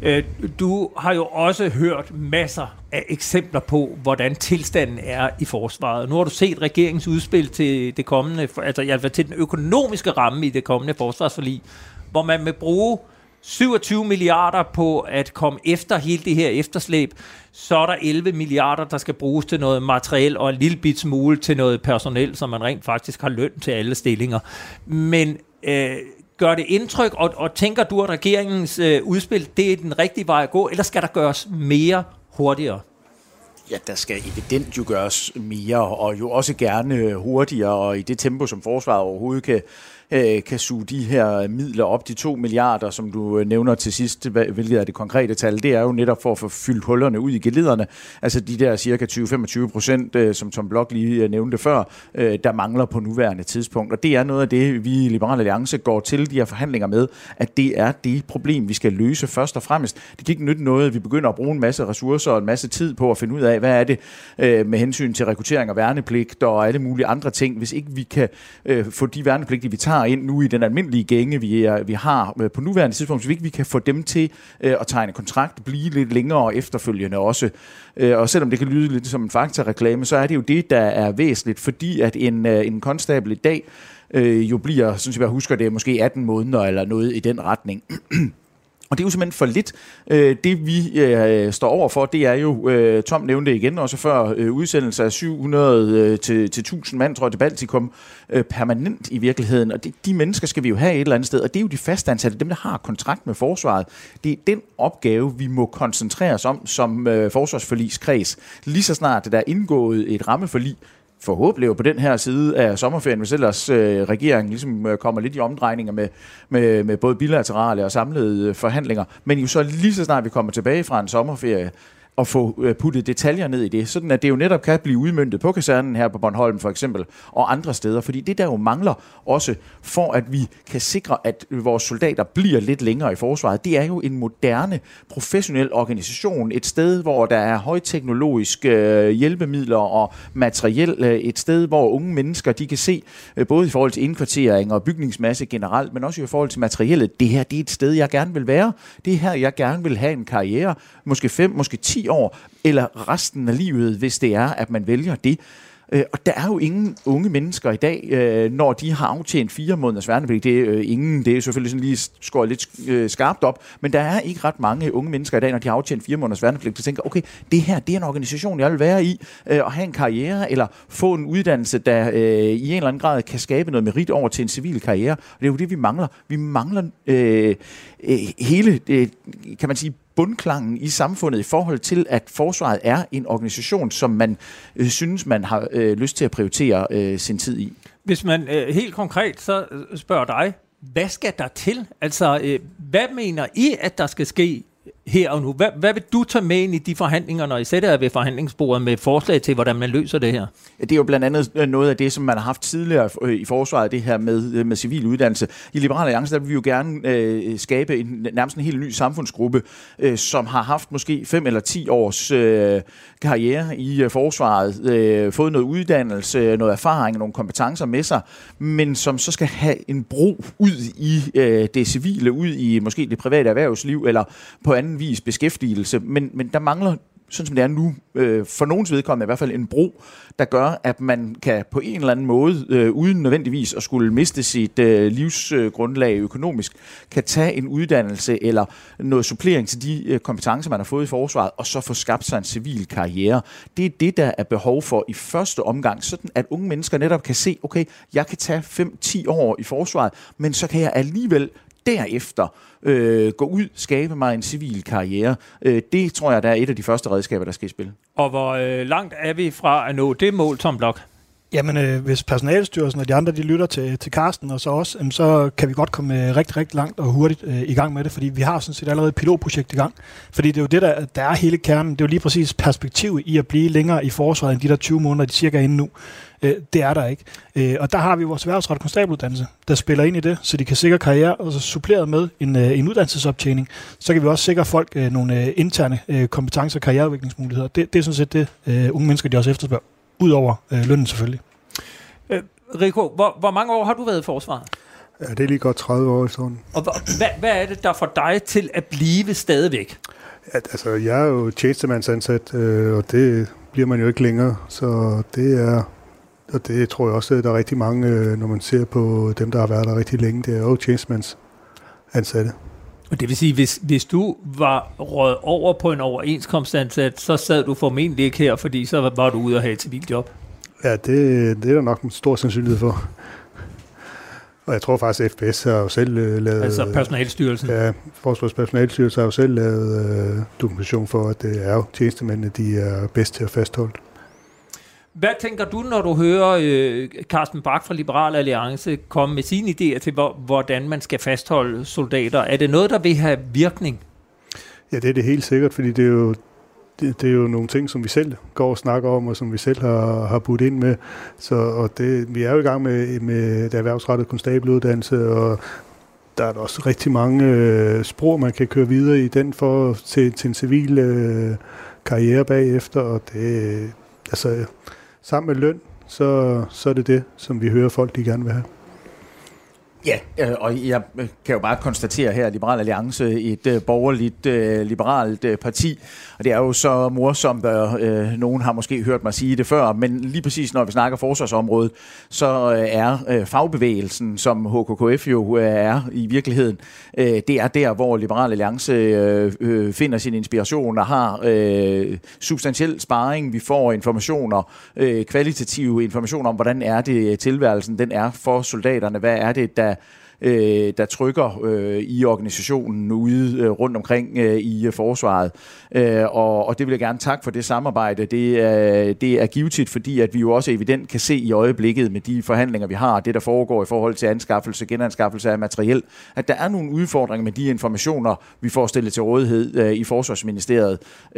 Du har jo også hørt masser af eksempler på, hvordan tilstanden er i forsvaret. Nu har du set regeringens udspil til det kommende, altså i hvert fald til den økonomiske ramme i det kommende forsvarsforlig, hvor man vil bruge 27 milliarder på at komme efter hele det her efterslæb, så er der 11 milliarder, der skal bruges til noget materiel og en lille bit smule til noget personel, som man rent faktisk har løn til alle stillinger. Men gør det indtryk, og tænker du, at regeringens udspil, det er den rigtige vej at gå, eller skal der gøres mere hurtigere? Ja, der skal evident jo gøres mere, og jo også gerne hurtigere, og i det tempo, som forsvaret overhovedet kan suge de her midler op, de 2 milliarder, som du nævner til sidst, hvilket er det konkrete tal, det er jo netop for at få fyldt hullerne ud i gelederne, altså de der cirka 20-25%, som Tom Blok lige nævnte før, der mangler på nuværende tidspunkt, og det er noget af det, vi i Liberal Alliance går til de her forhandlinger med, at det er det problem, vi skal løse først og fremmest. Det kan ikke nytte noget, at vi begynder at bruge en masse ressourcer og en masse tid på at finde ud af, hvad er det med hensyn til rekruttering og værnepligt og alle mulige andre ting, hvis ikke vi kan få de værnepligtige, vi tager har ind nu i den almindelige gænge, vi har på nuværende tidspunkt, så vi kan få dem til at tegne kontrakt, blive lidt længere efterfølgende også. Og selvom det kan lyde lidt som en faktareklame, så er det jo det, der er væsentligt, fordi at en konstabel i dag jo bliver, synes jeg husker det, måske 18 måneder eller noget i den retning. Og det er jo simpelthen for lidt. Det vi står over for, det er jo, Tom nævnte igen også før, udsendelse af 700 til 1000 mand, tror jeg, til Baltikum, permanent i virkeligheden. Og de mennesker skal vi jo have et eller andet sted, og det er jo de fastansatte, dem der har kontrakt med forsvaret. Det er den opgave, vi må koncentrere os om som forsvarsforligskreds. Lige så snart der er indgået et rammeforlig, forhåbentlig på den her side af sommerferien, hvis ellers regeringen ligesom kommer lidt i omdrejninger med både bilaterale og samlede forhandlinger, men jo så lige så snart vi kommer tilbage fra en sommerferie, og få puttet detaljer ned i det, sådan at det jo netop kan blive udmøntet på kasernen her på Bornholm for eksempel, og andre steder, fordi det der jo mangler også, for at vi kan sikre, at vores soldater bliver lidt længere i forsvaret, det er jo en moderne, professionel organisation, et sted, hvor der er højteknologiske hjælpemidler og materiel, et sted, hvor unge mennesker, de kan se, både i forhold til indkvartering og bygningsmasse generelt, men også i forhold til materiellet, det her, det er et sted, jeg gerne vil være, det er her, jeg gerne vil have en karriere, måske 5, måske 10 år, eller resten af livet, hvis det er, at man vælger det. Og der er jo ingen unge mennesker i dag, når de har aftjent 4 måneders værnepligt. Det er selvfølgelig sådan lige skåret lidt skarpt op, men der er ikke ret mange unge mennesker i dag, når de har aftjent 4 måneders værnepligt, der tænker, okay, det her, det er en organisation, jeg vil være i, og have en karriere, eller få en uddannelse, der i en eller anden grad kan skabe noget merit over til en civil karriere. Og det er jo det, vi mangler. Vi mangler hele, kan man sige, bundklangen i samfundet i forhold til, at forsvaret er en organisation, som man synes, man har lyst til at prioritere sin tid i. Hvis man helt konkret så spørger dig, hvad skal der til? Altså, hvad mener I, at der skal ske her og nu? Hvad vil du tage med ind i de forhandlinger, når I sætter jer ved forhandlingsbordet med forslag til, hvordan man løser det her? Det er jo blandt andet noget af det, som man har haft tidligere i forsvaret, det her med civil uddannelse. I Liberale Alliance, der vil vi jo gerne skabe nærmest en helt ny samfundsgruppe, som har haft måske 5 eller 10 års karriere i forsvaret, fået noget uddannelse, noget erfaring, nogle kompetencer med sig, men som så skal have en bro ud i det civile, ud i måske det private erhvervsliv, eller på anden vis beskæftigelse, men der mangler, sådan som det er nu, for nogens vedkommende i hvert fald en bro, der gør, at man kan på en eller anden måde, uden nødvendigvis at skulle miste sit livsgrundlag økonomisk, kan tage en uddannelse eller noget supplering til de kompetencer, man har fået i forsvaret, og så få skabt sig en civil karriere. Det er det, der er behov for i første omgang, sådan at unge mennesker netop kan se, okay, jeg kan tage 5-10 år i forsvaret, men så kan jeg alligevel derefter gå ud, skabe mig en civil karriere. Det tror jeg, der er et af de første redskaber, der skal i spil. Og hvor langt er vi fra at nå det mål, Tom Blok? Jamen, hvis Personalestyrelsen og de andre, de lytter til Carsten og så også, så kan vi godt komme rigtig, rigtig langt og hurtigt i gang med det, fordi vi har sådan set allerede et pilotprojekt i gang. Fordi det er jo det, der er hele kernen. Det er jo lige præcis perspektivet i at blive længere i forsvaret end de der 20 måneder, de cirka inde nu. Det er der ikke. Og der har vi vores erhvervsrettet konstabeluddannelse, der spiller ind i det, så de kan sikre karriere, og så suppleret med en uddannelsesoptjening, så kan vi også sikre folk nogle interne kompetencer og karriereudviklingsmuligheder. Det er sådan set det, unge mennesker de også efterspørger, udover lønnen selvfølgelig. Rico, hvor mange år har du været i forsvaret? Ja, det er lige godt 30 år i sådan. Og hvad er det, der får dig til at blive stadigvæk? Ja, altså, jeg er jo tjenestemandsansat, og det bliver man jo ikke længere, så det er... Og det tror jeg også, at der er rigtig mange, når man ser på dem, der har været der rigtig længe, det er jo tjenestemandsansatte. Og det vil sige, hvis du var røget over på en overenskomstansat, så sad du formentlig ikke her, fordi så var du ude og have et civilt job? Ja, det er der nok en stor sandsynlighed for. Og jeg tror faktisk, at FPS har jo selv lavet... Altså Personalestyrelsen? Ja, Forsvars Personalestyrelsen har jo selv lavet dokumentation for, at det er jo tjenestemændene, de er bedst til at fastholde. Hvad tænker du, når du hører Carsten Bach fra Liberale Alliance komme med sine idéer til, hvordan man skal fastholde soldater? Er det noget, der vil have virkning? Ja, det er det helt sikkert, fordi det er jo nogle ting, som vi selv går og snakker om, og som vi selv har budt ind med. Vi er jo i gang med det erhvervsrettede konstabeluddannelse, og der er også rigtig mange spor, man kan køre videre i den til en civil karriere bagefter, og det altså sammen med løn, så er det, som vi hører folk, de gerne vil have. Ja, og jeg kan jo bare konstatere her, at Liberal Alliance et borgerligt, liberalt parti, og det er jo så morsomt, nogen har måske hørt mig sige det før, men lige præcis når vi snakker forsvarsområdet, så er fagbevægelsen, som HKKF jo er i virkeligheden, det er der, hvor Liberal Alliance finder sin inspiration og har substantiel sparring. Vi får informationer, kvalitative informationer om, hvordan er det tilværelsen, den er for soldaterne, hvad er det, der trykker i organisationen ude rundt omkring i forsvaret. Og det vil jeg gerne takke for det samarbejde. Det er givetigt, fordi at vi jo også evident kan se i øjeblikket med de forhandlinger, vi har, det der foregår i forhold til genanskaffelse af materiel, at der er nogle udfordringer med de informationer, vi får stillet til rådighed i Forsvarsministeriet.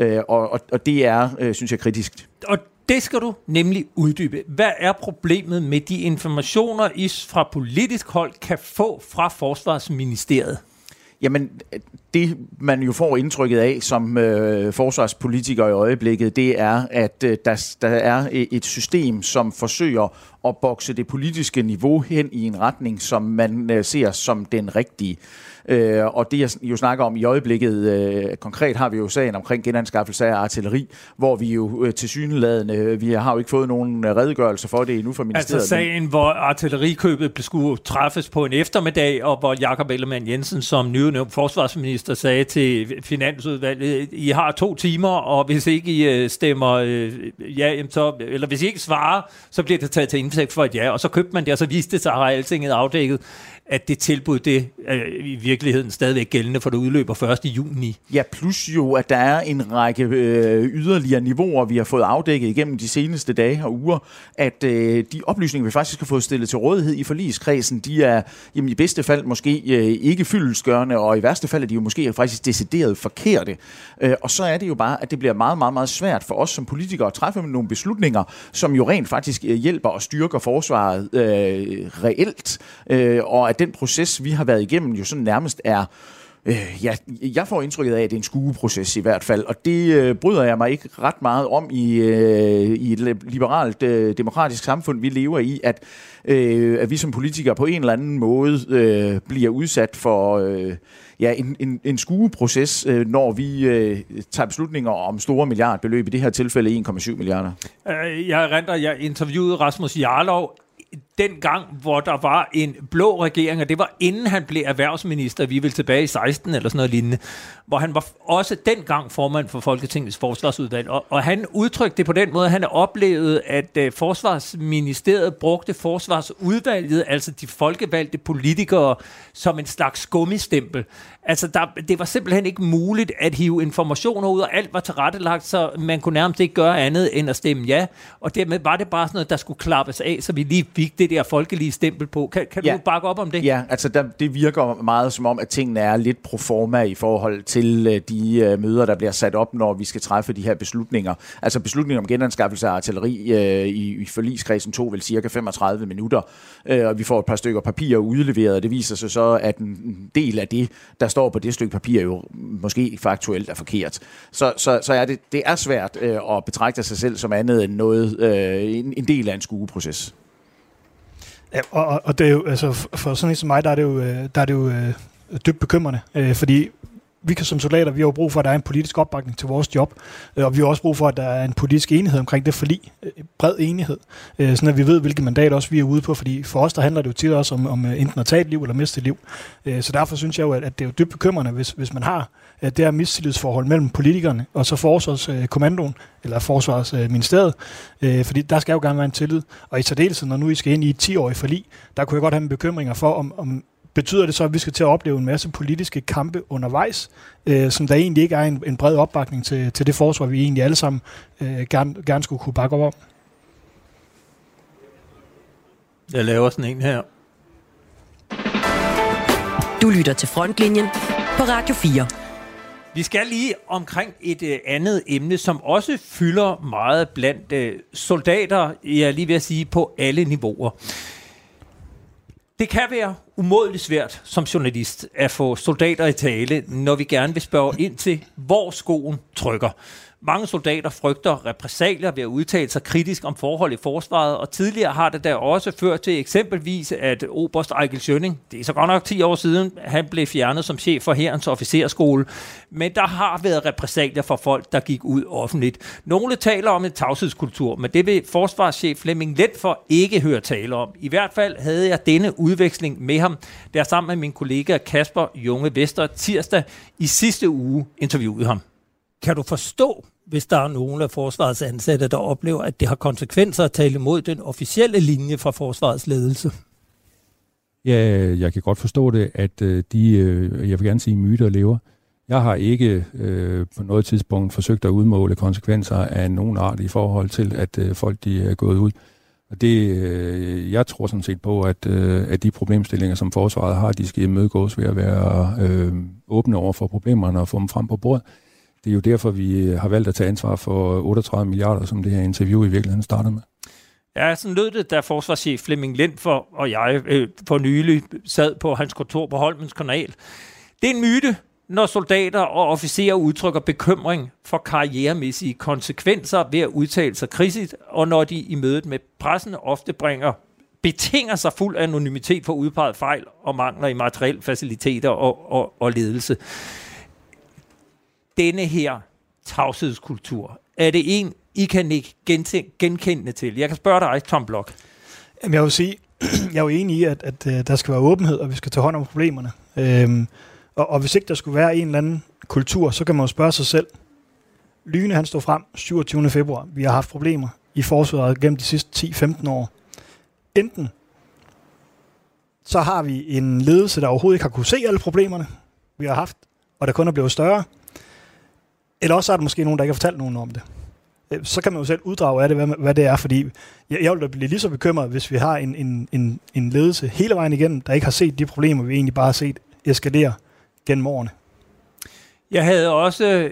Og det er, synes jeg, kritisk. Og det skal du nemlig uddybe. Hvad er problemet med de informationer, I fra politisk hold kan få fra Forsvarsministeriet? Jamen, det man jo får indtrykket af som forsvarspolitiker i øjeblikket, det er, at der er et system, som forsøger at bokse det politiske niveau hen i en retning, som man ser som den rigtige. Og det jeg jo snakker om i øjeblikket, konkret har vi jo sagen omkring genanskaffelse af artilleri, hvor vi jo tilsyneladende, vi har jo ikke fået nogen redegørelse for det endnu fra ministeriet. Altså sagen, hvor artillerikøbet skulle træffes på en eftermiddag, og hvor Jakob Ellemann-Jensen som nyudnævnt forsvarsminister sagde til Finansudvalget, I har 2 timer, og hvis ikke I stemmer ja, så, eller hvis I ikke svarer, så bliver det taget til indtægt for et ja, og så købte man det, og så viste det sig, at Altinget afdækket, at det tilbud, det er i virkeligheden stadigvæk gældende, for det udløber 1. juni. Ja, plus jo, at der er en række yderligere niveauer, vi har fået afdækket igennem de seneste dage og uger, at de oplysninger, vi faktisk har fået stillet til rådighed i forligskredsen, de er i bedste fald måske ikke fyldestgørende, og i værste fald er de jo måske faktisk decideret forkerte. Og så er det jo bare, at det bliver meget, meget, meget svært for os som politikere at træffe nogle beslutninger, som jo rent faktisk hjælper og styrker forsvaret reelt, og at den proces, vi har været igennem, jo sådan nærmest er, jeg får indtrykket af, at det er en skueproces i hvert fald, og det bryder jeg mig ikke ret meget om i et liberalt, demokratisk samfund, vi lever i, at vi som politikere på en eller anden måde bliver udsat for en skueproces, når vi tager beslutninger om store milliardbeløb, i det her tilfælde 1,7 milliarder. Jeg interviewede Rasmus Jarlov den gang, hvor der var en blå regering, og det var inden han blev erhvervsminister, vi vil tilbage i 16 eller sådan noget lignende, hvor han var også dengang formand for Folketingets forsvarsudvalg, og han udtrykte det på den måde, at han oplevede, at Forsvarsministeriet brugte forsvarsudvalget, altså de folkevalgte politikere, som en slags gummistempel. Altså, det var simpelthen ikke muligt at hive informationer ud, og alt var tilrettelagt, så man kunne nærmest ikke gøre andet end at stemme ja, og dermed var det bare sådan noget, der skulle klappes af, så vi lige fik det der folkelige stempel på. Kan du bakke op om det? Ja, altså det virker meget som om, at tingene er lidt pro forma i forhold til de møder, der bliver sat op, når vi skal træffe de her beslutninger. Altså beslutningen om genanskaffelse af artilleri i forligskredsen tog vel cirka 35 minutter, og vi får et par stykker papir udleveret, og det viser sig så, at en del af det, der står på det stykke papir, jo måske faktuelt er forkert. Så er det er svært at betragte sig selv som andet end noget, en del af en skueproces. Ja, og det er jo, altså for sådan en som mig, der er det jo dybt bekymrende, fordi vi kan som soldater, vi har jo brug for, at der er en politisk opbakning til vores job, og vi har også brug for, at der er en politisk enighed omkring det forlig, bred enighed, sådan at vi ved, hvilke mandater også vi er ude på, fordi for os, der handler det jo tit også om enten at tage et liv eller miste et liv. Så derfor synes jeg jo, at det er jo dybt bekymrende, hvis man har det her mistillidsforhold mellem politikerne og så Forsvarskommandoen eller Forsvarsministeriet, fordi der skal jo gerne være en tillid, og i særdeleshed, når nu I skal ind i et 10-årigt forlig, der kunne jeg godt have bekymringer for, om betyder det så, at vi skal til at opleve en masse politiske kampe undervejs, som der egentlig ikke er en bred opbakning til det forsvar, vi egentlig alle sammen gerne skulle kunne bakke op om? Jeg laver sådan en her. Du lytter til Frontlinjen på Radio 4. Vi skal lige omkring et andet emne, som også fylder meget blandt soldater, jeg lige vil sige, på alle niveauer. Det kan være umådeligt svært som journalist at få soldater i tale, når vi gerne vil spørge ind til, hvor skoen trykker. Mange soldater frygter repressalier ved at udtale sig kritisk om forhold i forsvaret, og tidligere har det der også ført til eksempelvis, at oberst Ejgil Schønning, det er så godt nok 10 år siden, han blev fjernet som chef for Hærens officerskole, men der har været repressalier for folk, der gik ud offentligt. Nogle taler om en tavshedskultur, men det vil forsvarschef Flemming Lentzfer ikke høre tale om. I hvert fald havde jeg denne udveksling med ham, der sammen med min kollega Kasper Junge Vester tirsdag i sidste uge interviewede ham. Kan du forstå, hvis der er nogle af forsvarets ansatte, der oplever, at det har konsekvenser at tale imod den officielle linje fra forsvarets ledelse? Ja, jeg kan godt forstå det, at jeg vil gerne sige, myter lever. Jeg har ikke på noget tidspunkt forsøgt at udmåle konsekvenser af nogen art i forhold til, at folk de er gået ud. Og jeg tror sådan set på, at de problemstillinger, som forsvaret har, de skal imødegås ved at være åbne over for problemerne og få dem frem på bordet. Det er jo derfor, vi har valgt at tage ansvar for 38 milliarder, som det her interview i virkeligheden startede med. Ja, sådan lød det, da forsvarschef Flemming Lentzfer og jeg for nylig sad på hans kontor på Holmens Kanal. Det er en myte, når soldater og officerer udtrykker bekymring for karrieremæssige konsekvenser ved at udtale sig kritisk, og når de i mødet med pressen ofte betinger sig fuld anonymitet for udpeget fejl og mangler i materielle faciliteter og ledelse. Denne her tavshedskultur, er det en, I kan ikke genkende til? Jeg kan spørge dig, Tom Blok. Jamen, jeg vil sige, jeg er jo enig i, at der skal være åbenhed, og vi skal tage hånd om problemerne. Og hvis ikke der skulle være en eller anden kultur, så kan man jo spørge sig selv. Lyne, han stod frem 27. februar. Vi har haft problemer i forsvaret gennem de sidste 10-15 år. Enten så har vi en ledelse, der overhovedet ikke har kunnet se alle problemerne, vi har haft, og der kun er blevet større. Eller også er der måske nogen, der ikke har fortalt nogen om det. Så kan man jo selv uddrage af det, hvad det er, fordi jeg vil da blive lige så bekymret, hvis vi har en ledelse hele vejen igennem, der ikke har set de problemer, vi egentlig bare har set eskalere gennem årene. Jeg havde også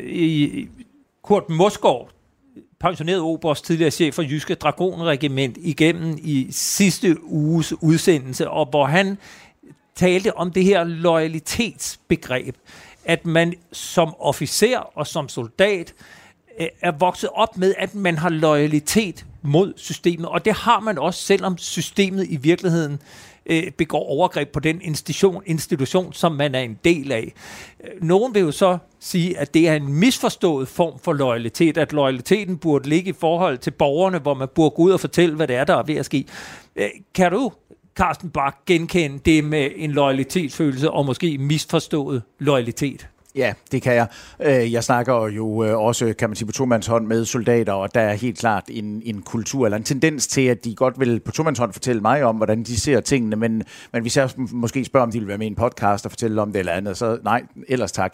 Kurt Mosgaard, pensioneret oberst, tidligere chef for Jyske Dragonregiment, igennem i sidste uges udsendelse, og hvor han talte om det her loyalitetsbegreb, at man som officer og som soldat er vokset op med, at man har loyalitet mod systemet, og det har man også, selvom systemet i virkeligheden begår overgreb på den institution, som man er en del af. Nogen vil jo så sige, at det er en misforstået form for loyalitet, at loyaliteten burde ligge i forhold til borgerne, hvor man burde gå ud og fortælle, hvad det er, der er ved at ske. Kan du, Carsten Bach, genkende det med en loyalitetsfølelse og måske misforstået loyalitet? Ja, det kan jeg. Jeg snakker jo også, kan man sige, på tomandshånd med soldater, og der er helt klart en kultur eller en tendens til, at de godt vil på tomandshånd fortælle mig om, hvordan de ser tingene, men hvis jeg måske spørger, om de vil være med i en podcast og fortælle om det eller andet, så nej, ellers tak.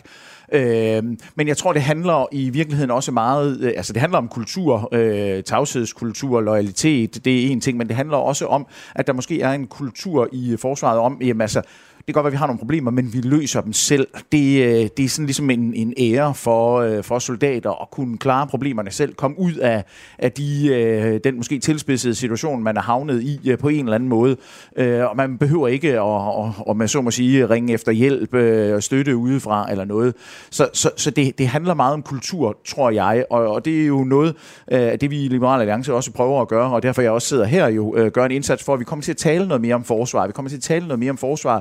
Men jeg tror, det handler i virkeligheden også meget, altså det handler om kultur, tavshedskultur, loyalitet, det er en ting, men det handler også om, at der måske er en kultur i forsvaret om, jamen altså, det kan godt være, at vi har nogle problemer, men vi løser dem selv. Det er sådan ligesom en ære for soldater at kunne klare problemerne selv, komme ud af den måske tilspidsede situation, man er havnet i på en eller anden måde. Og man behøver ikke at man så må sige, ringe efter hjælp, støtte udefra eller noget. Så det handler meget om kultur, tror jeg, og det er jo noget af det, vi i Liberal Alliance også prøver at gøre, og derfor jeg også sidder her jo, gør en indsats for, at vi kommer til at tale noget mere om forsvar. Vi kommer til at tale noget mere om forsvar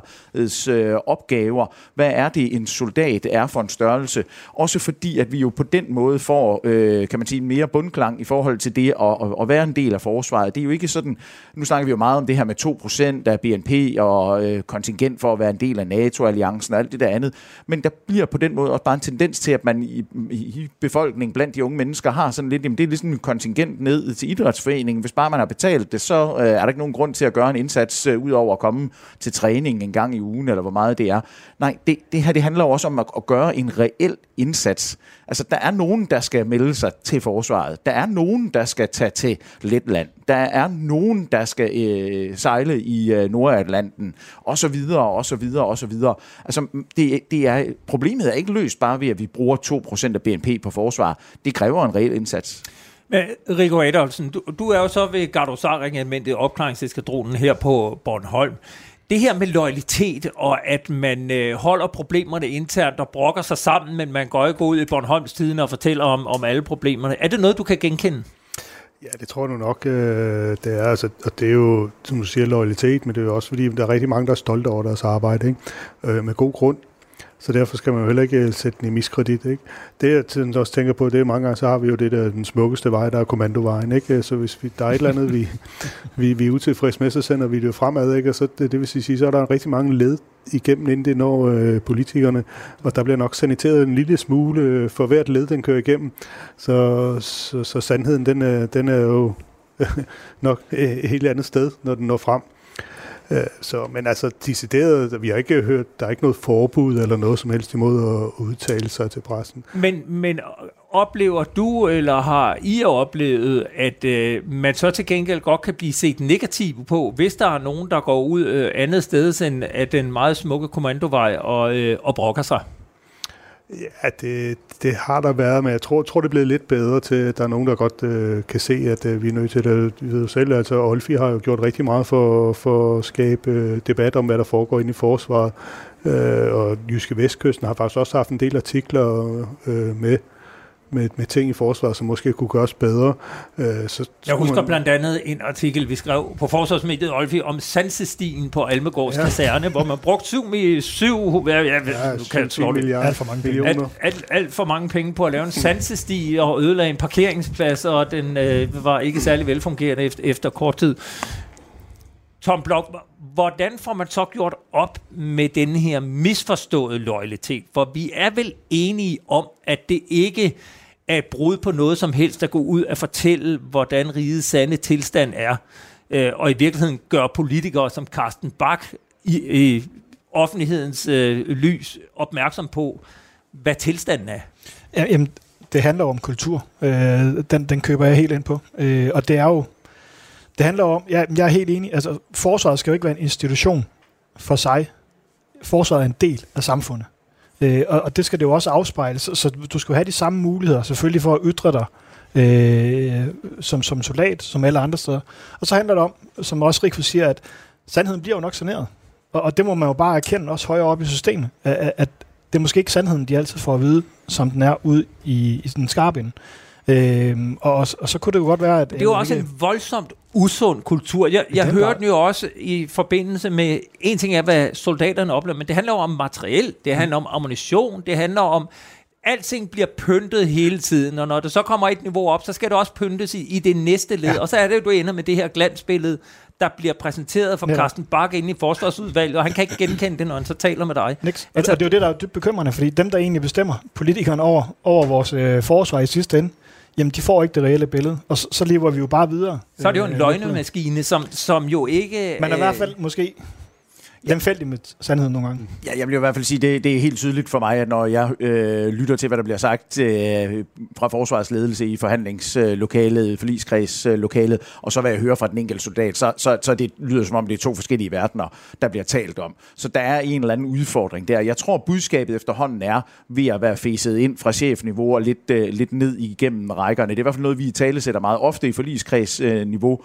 opgaver. Hvad er det, en soldat er for en størrelse? Også fordi, at vi jo på den måde får, kan man sige, mere bundklang i forhold til det at være en del af forsvaret. Det er jo ikke sådan, nu snakker vi jo meget om det her med 2% af BNP og kontingent for at være en del af NATO-alliancen og alt det der andet, men der bliver på den måde også bare en tendens til, at man i befolkningen blandt de unge mennesker har sådan lidt, jamen det er ligesom en kontingent ned til idrætsforeningen. Hvis bare man har betalt det, så er der ikke nogen grund til at gøre en indsats ud over at komme til træning en gang i ugen, eller hvor meget det er. Nej, det her, det handler også om at gøre en reel indsats. Altså, der er nogen, der skal melde sig til forsvaret. Der er nogen, der skal tage til Letland. Der er nogen, der skal sejle i Nordatlanten, og så videre, og så videre, og så videre. Altså, problemet er ikke løst bare ved, at vi bruger 2% af BNP på forsvar. Det kræver en reel indsats. Men Rico Adolfsen, du er jo så ved Gardosar-regimentet, opklaringseskadronen her på Bornholm. Det her med loyalitet, og at man holder problemerne internt og brokker sig sammen, men man går ikke ud i Bornholms Tidende og fortæller om alle problemerne. Er det noget, du kan genkende? Ja, det tror jeg nok, det er. Altså, og det er jo, som du siger, loyalitet, men det er jo også fordi, der er rigtig mange, der er stolte over deres arbejde, ikke? Med god grund. Så derfor skal man jo heller ikke sætte den i miskredit, ikke? Det, jeg også tænker på, det er mange gange, så har vi jo det der, den smukkeste vej, der er kommandovejen, ikke? Så hvis der er et eller andet, vi er utilfredse med, så sender vi det jo fremad, ikke? Og så, det vil sige, så er der rigtig mange led igennem, inden det når politikerne, og der bliver nok saniteret en lille smule for hvert led, den kører igennem. Så sandheden, den er jo nok et helt andet sted, når den når frem. Men altså, decideret, vi har ikke hørt, der er ikke noget forbud eller noget som helst imod at udtale sig til pressen. Men oplever du, eller har I oplevet, at man så til gengæld godt kan blive set negativt på, hvis der er nogen, der går ud andet sted end af den meget smukke kommandovej og brokker sig? Ja, det har der været, men jeg tror, det er blevet lidt bedre til, der er nogen, der godt kan se, at vi er nødt til det. Vi ved jo selv, altså Olfi har jo gjort rigtig meget for at skabe debat om, hvad der foregår inde i forsvaret, og Jyske Vestkysten har faktisk også haft en del artikler med ting i forsvaret, som måske kunne gøres bedre. Jeg husker blandt andet en artikel, vi skrev på forsvarsmediet Olfi om sansestien på Almegårds kaserne, hvor man brugte 7 milliarder, alt for mange penge på at lave en sansesti og ødelage en parkeringsplads, og den var ikke særlig velfungerende efter kort tid. Tom Blok, hvordan får man så gjort op med den her misforståede loyalitet? For vi er vel enige om, at det ikke er et brud på noget som helst, der går ud at fortælle, hvordan rigets sande tilstand er, og i virkeligheden gør politikere som Carsten Bach i offentlighedens lys opmærksom på, hvad tilstanden er. Jamen, det handler om kultur. Den køber jeg helt ind på. Og det er jo det handler om, jeg er helt enig, altså forsvaret skal jo ikke være en institution for sig. Forsvaret er en del af samfundet. Og det skal det jo også afspejle, så du skal have de samme muligheder, selvfølgelig for at ytre dig som soldat, som alle andre steder. Og så handler det om, som også Rico siger, at sandheden bliver jo nok saneret. Og det må man jo bare erkende også højere op i systemet, at det er måske ikke sandheden, de altid får at vide, som den er ude i den skarpe ende. Og så kunne det jo godt være, at... Det er jo også en voldsomt usund kultur. Jeg hørte den jo også i forbindelse med... En ting er, hvad soldaterne oplever, men det handler jo om materiel, det handler om ammunition, det handler om... Alting bliver pyntet hele tiden, og når det så kommer et niveau op, så skal det også pyntes i det næste led. Ja. Og så er det jo, du ender med det her glansbillede, der bliver præsenteret for Carsten Bach inde i forsvarsudvalget, og han kan ikke genkende det, når han så taler med dig. Altså, og det er jo det, der er dybt bekymrende, fordi dem, der egentlig bestemmer, politikerne over vores forsvar i sidste ende, jamen de får ikke det reelle billede, og så lever vi jo bare videre. Så er det jo en løgnemaskine, som jo ikke... Man er i hvert fald måske... lemfældig med sandheden nogle gange. Ja, jeg vil i hvert fald sige, det er helt tydeligt for mig, at når jeg lytter til, hvad der bliver sagt fra forsvarsledelse i forhandlingslokalet, forligskredslokalet, og så hvad jeg hører fra den enkelte soldat, så det lyder som om, det er to forskellige verdener, der bliver talt om. Så der er en eller anden udfordring der. Jeg tror, budskabet efterhånden er ved at være fæset ind fra chefniveau og lidt ned igennem rækkerne. Det er i hvert fald noget, vi talesætter meget ofte i forligskredsniveau,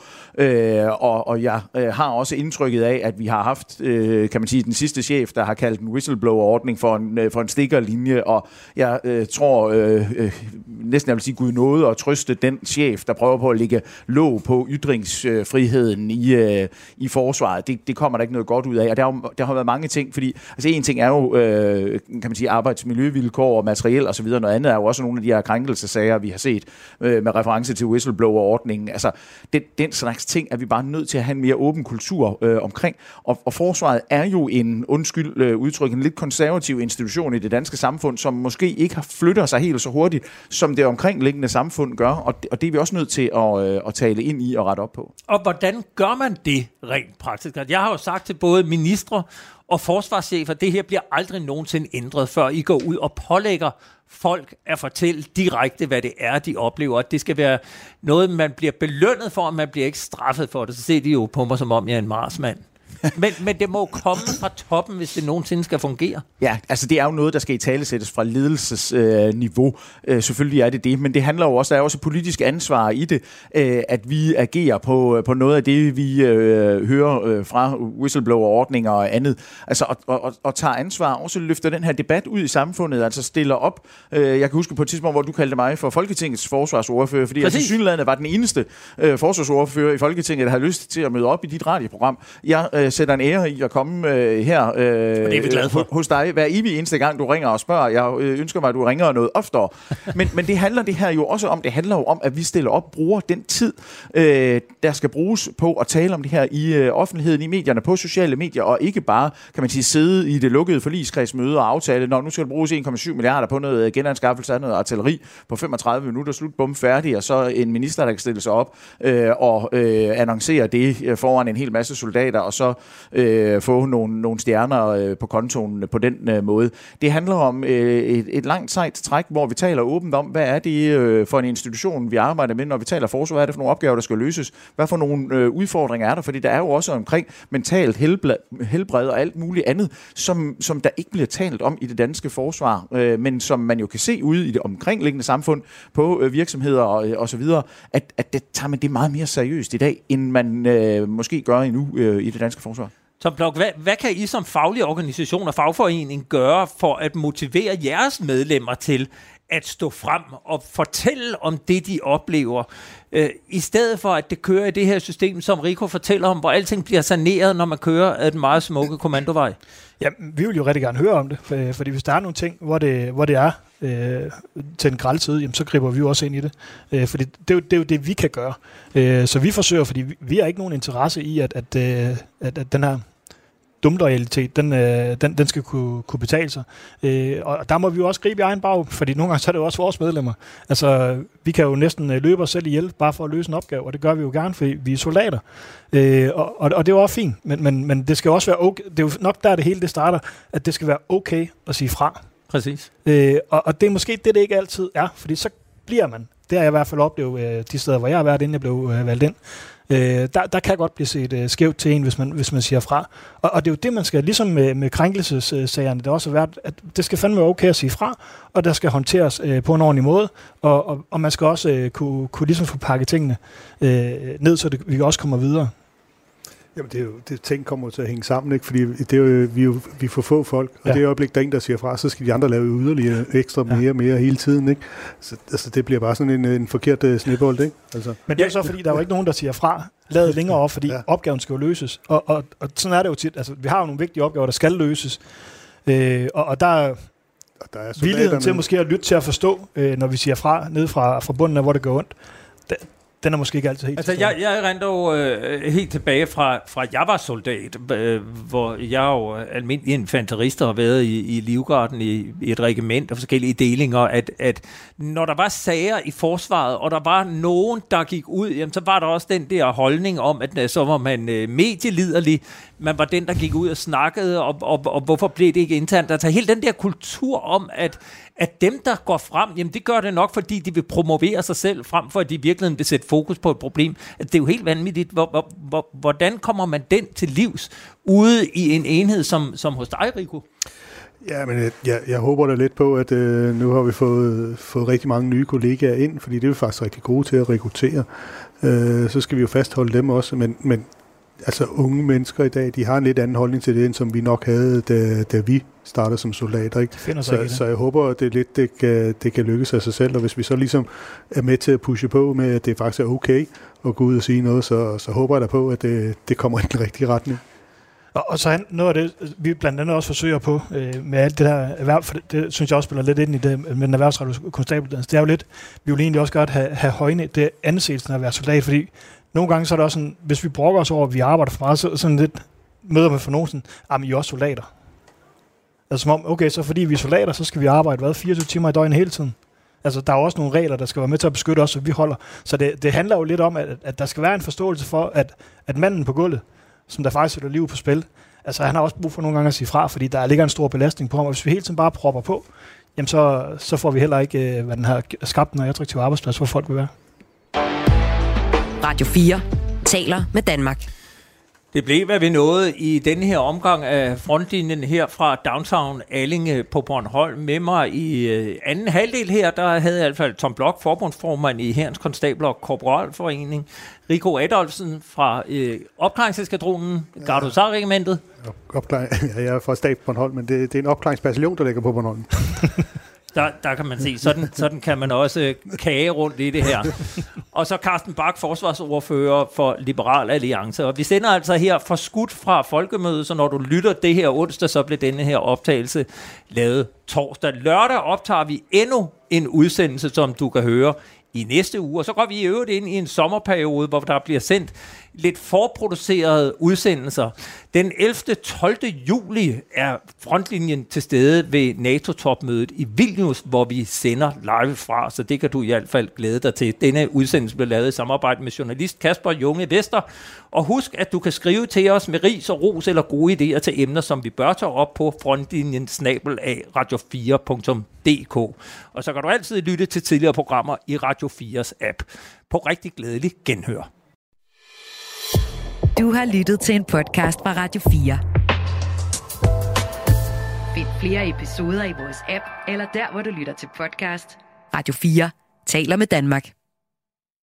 og jeg har også indtrykket af, at vi har haft kan man sige, den sidste chef, der har kaldt en whistleblower-ordning for en stikkerlinje, og jeg tror næsten, jeg vil sige, Gud nåede at trøste den chef, der prøver på at lægge låg på ytringsfriheden i forsvaret. Det kommer der ikke noget godt ud af, og der har været mange ting, fordi altså en ting er jo, kan man sige, arbejdsmiljøvilkår og materiel og så videre, noget andet er jo også nogle af de her krænkelsesager, vi har set med reference til whistleblower-ordningen. Altså, den slags ting er vi bare nødt til at have en mere åben kultur omkring, og forsvaret er jo en, udtryk, en lidt konservativ institution i det danske samfund, som måske ikke har flyttet sig helt så hurtigt, som det omkringliggende samfund gør, og det er vi også nødt til at tale ind i og rette op på. Og hvordan gør man det rent praktisk? Jeg har jo sagt til både ministre og forsvarschefer, det her bliver aldrig nogensinde ændret, før I går ud og pålægger folk at fortælle direkte, hvad det er, de oplever. At det skal være noget, man bliver belønnet for, og man bliver ikke straffet for det. Så ser de jo på mig, som om jeg er en marsmand. Men det må komme fra toppen, hvis det nogensinde skal fungere. Ja, altså det er jo noget, der skal italesættes fra ledelsesniveau. Selvfølgelig er det, men det handler jo også, der er også politisk ansvar i det, at vi agerer på noget af det, vi hører fra whistleblower-ordninger og andet. Altså og tager ansvar, også løfter den her debat ud i samfundet, altså stiller op. Jeg kan huske på et tidspunkt, hvor du kaldte mig for Folketingets forsvarsordfører, fordi jeg tilsyneladende var den eneste forsvarsordfører i Folketinget, der havde lyst til at møde op i dit radioprogram. Jeg sætter en ære i at komme her hos dig hver evig eneste gang, du ringer og spørger. Jeg ønsker mig, at du ringer noget oftere. Men det handler det her jo også om. Det handler jo om, at vi stiller op, bruger den tid, der skal bruges på at tale om det her i offentligheden, i medierne, på sociale medier, og ikke bare, kan man sige, sidde i det lukkede forligskredsmøde og aftale, når nu skal der bruges 1,7 milliarder på noget genanskaffelse af noget artilleri på 35 minutter, slut, bum, færdig, og så en minister, der kan stille sig op og annoncere det foran en hel masse soldater, og så få nogle stjerner på kontoen på den måde. Det handler om et langt sejt træk, hvor vi taler åbent om, hvad er det for en institution, vi arbejder med, når vi taler forsvar, hvad er det for nogle opgaver, der skal løses, hvad for nogle udfordringer er der, fordi der er jo også omkring mentalt helbred og alt muligt andet, som der ikke bliver talt om i det danske forsvar, men som man jo kan se ude i det omkringliggende samfund på virksomheder og så videre, at det tager man det meget mere seriøst i dag, end man måske gør endnu i det danske forsvar. Så Blok, hvad kan I som faglig organisation og fagforening gøre for at motivere jeres medlemmer til at stå frem og fortælle om det, de oplever, i stedet for at det kører i det her system, som Rico fortæller om, hvor alting bliver saneret, når man kører af den meget smukke kommandovej? Ja, vi vil jo rigtig gerne høre om det, fordi hvis der er nogle ting, hvor det er til en græltid, jamen, så griber vi jo også ind i det. Fordi det er jo det, vi kan gøre. Så vi forsøger, fordi vi har ikke nogen interesse i, at den her dumloyalitet, den skal kunne betale sig. Og der må vi jo også gribe i egen bag, fordi nogle gange så er det jo også vores medlemmer. Altså, vi kan jo næsten løbe os selv ihjel, bare for at løse en opgave, og det gør vi jo gerne, fordi vi er soldater. Og det er jo også fint, men det skal også være okay. Det er jo nok der, det hele det starter, at det skal være okay at sige fra. Præcis. Og det er måske det ikke altid er, fordi så bliver man. Det har jeg i hvert fald oplevet de steder, hvor jeg har været, inden jeg blev valgt ind. Der kan godt blive set skævt til en, hvis man siger fra. Og det er jo det, man skal, ligesom med krænkelsessagerne, det har også været, at det skal fandme være okay at sige fra, og der skal håndteres på en ordentlig måde, og man skal også kunne ligesom få pakket tingene ned, så vi også kommer videre. Jamen, det ting kommer til at hænge sammen, ikke? Fordi det er jo, vi er for få folk, og det øjeblik, der er en, der siger fra, så skal de andre lave yderligere ekstra mere hele tiden, ikke? Så altså, det bliver bare sådan en forkert snebold, ikke? Altså. Men det er så, fordi der er jo ikke nogen, der siger fra, lad det længere op, fordi opgaven skal jo løses. Og sådan er det jo tit. Altså, vi har jo nogle vigtige opgaver, der skal løses. Og der er villigheden til måske at lytte til at forstå, når vi siger fra, ned fra bunden af, hvor det går ondt. Den er måske ikke altid helt. Altså, jeg rendte jo helt tilbage fra jeg var soldat, hvor jeg jo almindelig infanterist har været i Livgarden i et regiment og forskellige delinger, at når der var sager i forsvaret, og der var nogen, der gik ud, jamen, så var der også den der holdning om, at så var man medieliderlig, man var den, der gik ud og snakkede, og hvorfor blev det ikke internt? Altså hele den der kultur om, at dem, der går frem, jamen det gør det nok, fordi de vil promovere sig selv frem, for at de i virkeligheden vil sætte fokus på et problem. At det er jo helt vanvittigt. Hvordan kommer man den til livs ude i en enhed som hos dig, Rico? Ja, men jeg håber da lidt på, at nu har vi fået rigtig mange nye kollegaer ind, fordi det er vi faktisk rigtig gode til at rekruttere. Så skal vi jo fastholde dem også, men altså unge mennesker i dag, de har en lidt anden holdning til det, end som vi nok havde, da vi startede som soldater. Ikke? Så jeg håber, at det kan lykkes af sig selv, og hvis vi så ligesom er med til at pushe på med, at det faktisk er okay at gå ud og sige noget, så håber jeg da på, at det kommer i den rigtige retning. Og så noget af det, vi blandt andet også forsøger på med alt det der erhverv, for det synes jeg også spiller lidt ind i det med den erhvervsrettede konstabeluddannelse. Det er jo lidt, vi vil egentlig også godt have højnet det anseelsen af at være soldat, fordi nogle gange så er det også sådan, hvis vi brokker os over, at vi arbejder for meget, så sådan lidt møder med fornosen, at I er også soldater. Altså som om, okay, så fordi vi er soldater, så skal vi arbejde 24 timer i døgnet hele tiden. Altså der er også nogle regler, der skal være med til at beskytte os, så vi holder. Så det handler jo lidt om, at der skal være en forståelse for, at manden på gulvet, som der faktisk sætter liv på spil, altså han har også brug for nogle gange at sige fra, fordi der ligger en stor belastning på ham, og hvis vi hele tiden bare propper på, jamen så får vi heller ikke, hvad den har skabt en attraktiv arbejdsplads, hvor folk vil være. Radio 4 taler med Danmark. Det blev, hvad vi nåede i denne her omgang af frontlinjen her fra Downtown Allinge på Bornholm. Med mig i anden halvdel her, der havde i hvert fald Tom Blok, forbundsformand i Hærens Konstabler og Korporalforening, Rico Adolfsen fra opklaringseskadronen, Gardehusarregimentet. Jeg er fra Stab Bornholm, men det er en opklaringsbataljon, der ligger på Bornholm. Der kan man se, sådan kan man også kage rundt i det her. Og så Carsten Bach, forsvarsordfører for Liberal Alliance. Og vi sender altså her forskudt fra folkemødet, så når du lytter det her onsdag, så bliver denne her optagelse lavet torsdag. Lørdag optager vi endnu en udsendelse, som du kan høre i næste uge. Og så går vi i øvrigt ind i en sommerperiode, hvor der bliver sendt lidt forproducerede udsendelser. Den 11. 12. juli er frontlinjen til stede ved NATO-topmødet i Vilnius, hvor vi sender live fra, så det kan du i hvert fald glæde dig til. Denne udsendelse blev lavet i samarbejde med journalist Kasper Junge Vester. Og husk, at du kan skrive til os med ris og ros eller gode idéer til emner, som vi bør tage op på frontlinjen @radio4.dk. Og så kan du altid lytte til tidligere programmer i Radio 4's app. På rigtig glædelig genhør. Du har lyttet til en podcast fra Radio 4. Find flere episoder i vores app, eller der, hvor du lytter til podcast. Radio 4 taler med Danmark.